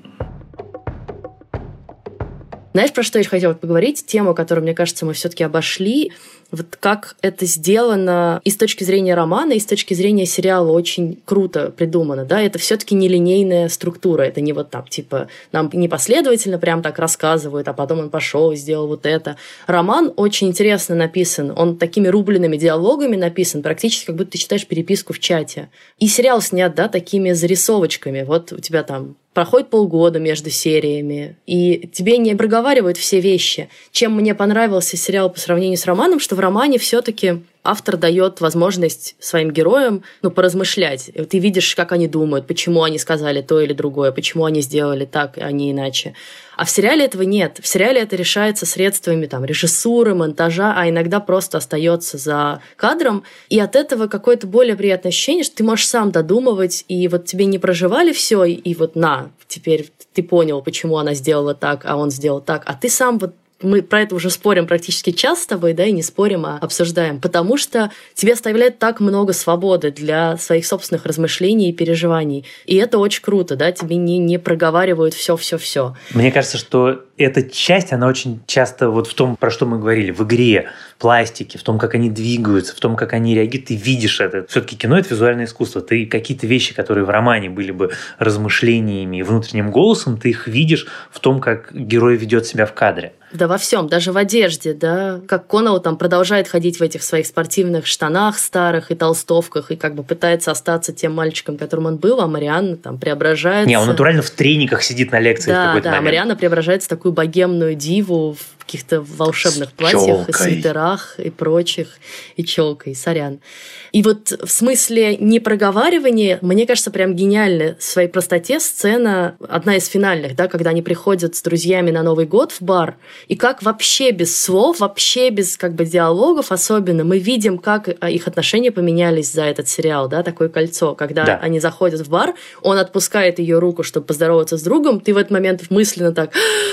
Знаешь, про что я хотела поговорить? Тему, которую, мне кажется, мы все-таки обошли. Вот как это сделано и с точки зрения романа, и с точки зрения сериала очень круто придумано. Да? Это все-таки нелинейная структура. Это не вот там, нам непоследовательно прям так рассказывают, а потом он пошел и сделал вот это. Роман очень интересно написан. Он такими рубленными диалогами написан, практически как будто ты читаешь переписку в чате. И сериал снят, да, такими зарисовочками. Вот у тебя там проходит полгода между сериями, и тебе не проговаривают все вещи. Чем мне понравился сериал по сравнению с романом, что в романе все-таки автор дает возможность своим героям поразмышлять. И ты видишь, как они думают, почему они сказали то или другое, почему они сделали так, а не иначе. А в сериале этого нет. В сериале это решается средствами режиссуры, монтажа, а иногда просто остается за кадром. И от этого какое-то более приятное ощущение, что ты можешь сам додумывать, и вот тебе не проживали все, и вот теперь ты понял, почему она сделала так, а он сделал так, а ты сам мы про это уже спорим практически час с тобой, да, и не спорим, а обсуждаем, потому что тебе оставляют так много свободы для своих собственных размышлений и переживаний. И это очень круто, да, тебе не проговаривают все. Мне кажется, что эта часть, она очень часто вот в том, про что мы говорили, в игре, в пластике, в том, как они двигаются, в том, как они реагируют, ты видишь это. Все-таки кино — это визуальное искусство. Ты какие-то вещи, которые в романе были бы размышлениями и внутренним голосом, ты их видишь в том, как герой ведет себя в кадре. Да, во всем, даже в одежде, да, как Коннелл продолжает ходить в этих своих спортивных штанах старых и толстовках и пытается остаться тем мальчиком, которым он был, а Марианна преображается. Не, он натурально в трениках сидит на лекции в какой-то момент. Да, Марианна преображается в такую богемную диву в каких-то волшебных платьях и свитерах и прочих, и челкой, сорян. И вот в смысле непроговаривания, мне кажется, прям гениальная в своей простоте сцена, одна из финальных, да, когда они приходят с друзьями на Новый год в бар, и как вообще без слов, вообще без диалогов особенно, мы видим, как их отношения поменялись за этот сериал, да, такое кольцо. Когда они заходят в бар, он отпускает ее руку, чтобы поздороваться с другом, ты в этот момент мысленно так,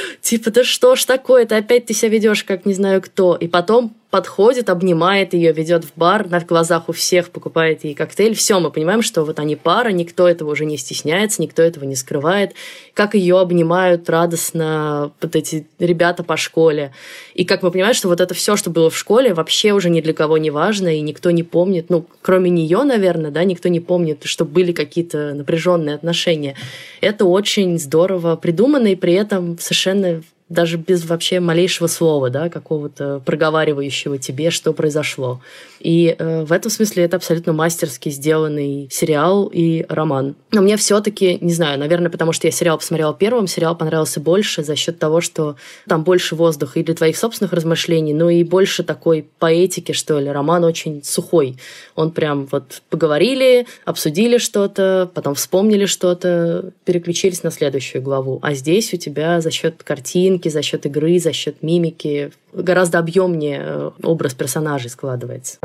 да что ж такое-то, опять ты себя ведешь как не знаю кто. И потом подходит, обнимает ее, ведет в бар, на глазах у всех покупает ей коктейль. Все, мы понимаем, что они пара, никто этого уже не стесняется, никто этого не скрывает. Как ее обнимают радостно эти ребята по школе. И как мы понимаем, что это все, что было в школе, вообще уже ни для кого не важно, и никто не помнит, кроме нее, наверное, да, никто не помнит, что были какие-то напряженные отношения. Это очень здорово придумано, и при этом совершенно даже без вообще малейшего слова, да, какого-то проговаривающего тебе, что произошло. И в этом смысле это абсолютно мастерски сделанный сериал и роман. Но мне все-таки, не знаю, наверное, потому что я сериал посмотрела первым, сериал понравился больше за счет того, что там больше воздуха и для твоих собственных размышлений, но и больше такой поэтики, что ли. Роман очень сухой. Он прям поговорили, обсудили что-то, потом вспомнили что-то, переключились на следующую главу. А здесь у тебя за счет картин, за счет игры, за счет мимики гораздо объемнее образ персонажей складывается.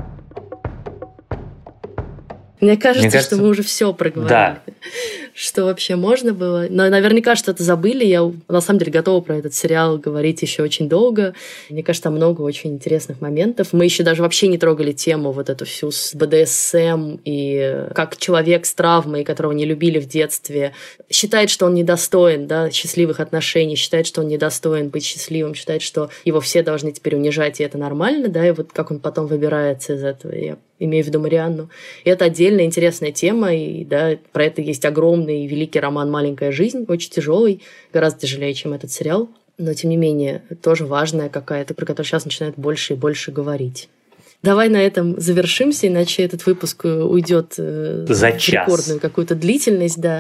Мне кажется, что мы уже все проговорили. Да. Что вообще можно было. Но наверняка что-то забыли. Я на самом деле готова про этот сериал говорить еще очень долго. Мне кажется, там много очень интересных моментов. Мы еще даже вообще не трогали тему эту всю с БДСМ и как человек с травмой, которого не любили в детстве, считает, что он недостоин, да, счастливых отношений, считает, что он недостоин быть счастливым, считает, что его все должны теперь унижать, и это нормально, да, и как он потом выбирается из этого. Я имею в виду Марианну. И это отдельная интересная тема, и да, про это есть огромный и великий роман «Маленькая жизнь», очень тяжелый, гораздо тяжелее, чем этот сериал, но тем не менее тоже важная какая-то, про которую сейчас начинают больше и больше говорить. Давай на этом завершимся, иначе этот выпуск уйдет за в рекордную какую-то длительность, да.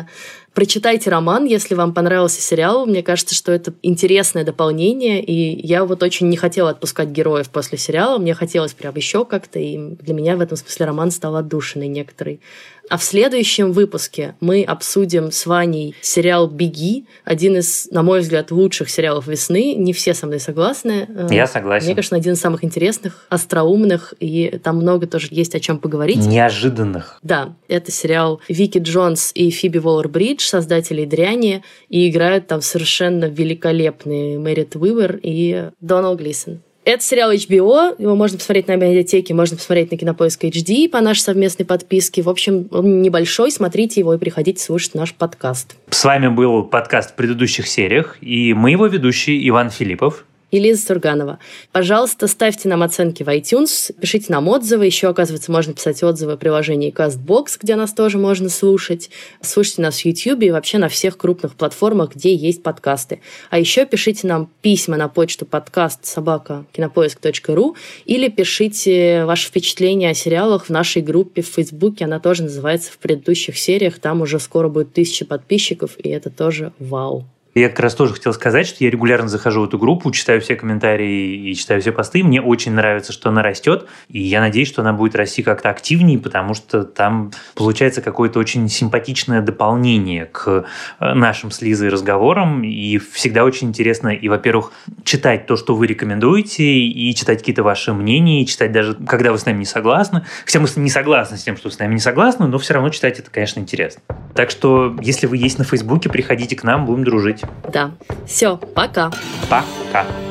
Прочитайте роман, если вам понравился сериал. Мне кажется, что это интересное дополнение, и я вот очень не хотела отпускать героев после сериала. Мне хотелось прям еще как-то, и для меня в этом смысле роман стал отдушиной некоторой. А в следующем выпуске мы обсудим с Ваней сериал «Беги», один из, на мой взгляд, лучших сериалов весны. Не все со мной согласны. Я согласен. Мне кажется, один из самых интересных, остроумных, и там много тоже есть о чем поговорить. Неожиданных. Да, это сериал Вики Джонс и Фиби Уоллер-Бридж, создателей «Дряни», и играют там совершенно великолепные Мэрит Уивер и Донал Глисон. Это сериал HBO, его можно посмотреть на Медиатеке, можно посмотреть на Кинопоиск HD по нашей совместной подписке. В общем, он небольшой, смотрите его и приходите слушать наш подкаст. С вами был подкаст в предыдущих сериях, и мы его ведущие Иван Филиппов и Лиза Сурганова. Пожалуйста, ставьте нам оценки в iTunes, пишите нам отзывы. Еще, оказывается, можно писать отзывы в приложении CastBox, где нас тоже можно слушать. Слушайте нас в YouTube и вообще на всех крупных платформах, где есть подкасты. А еще пишите нам письма на почту podcast@kinopoisk.ru или пишите ваши впечатления о сериалах в нашей группе в Фейсбуке. Она тоже называется «В предыдущих сериях». Там уже скоро будет 1000 подписчиков, и это тоже вау. Я как раз тоже хотел сказать, что я регулярно захожу в эту группу, читаю все комментарии и читаю все посты. Мне очень нравится, что она растет, и я надеюсь, что она будет расти как-то активнее, потому что там получается какое-то очень симпатичное дополнение к нашим с Лизой разговорам, и всегда очень интересно, и, во-первых, читать то, что вы рекомендуете, и читать какие-то ваши мнения, и читать даже, когда вы с нами не согласны. Хотя мы не согласны с тем, что вы с нами не согласны, но все равно читать это, конечно, интересно. Так что, если вы есть на Фейсбуке, приходите к нам, будем дружить. Да. Все, пока. Пока.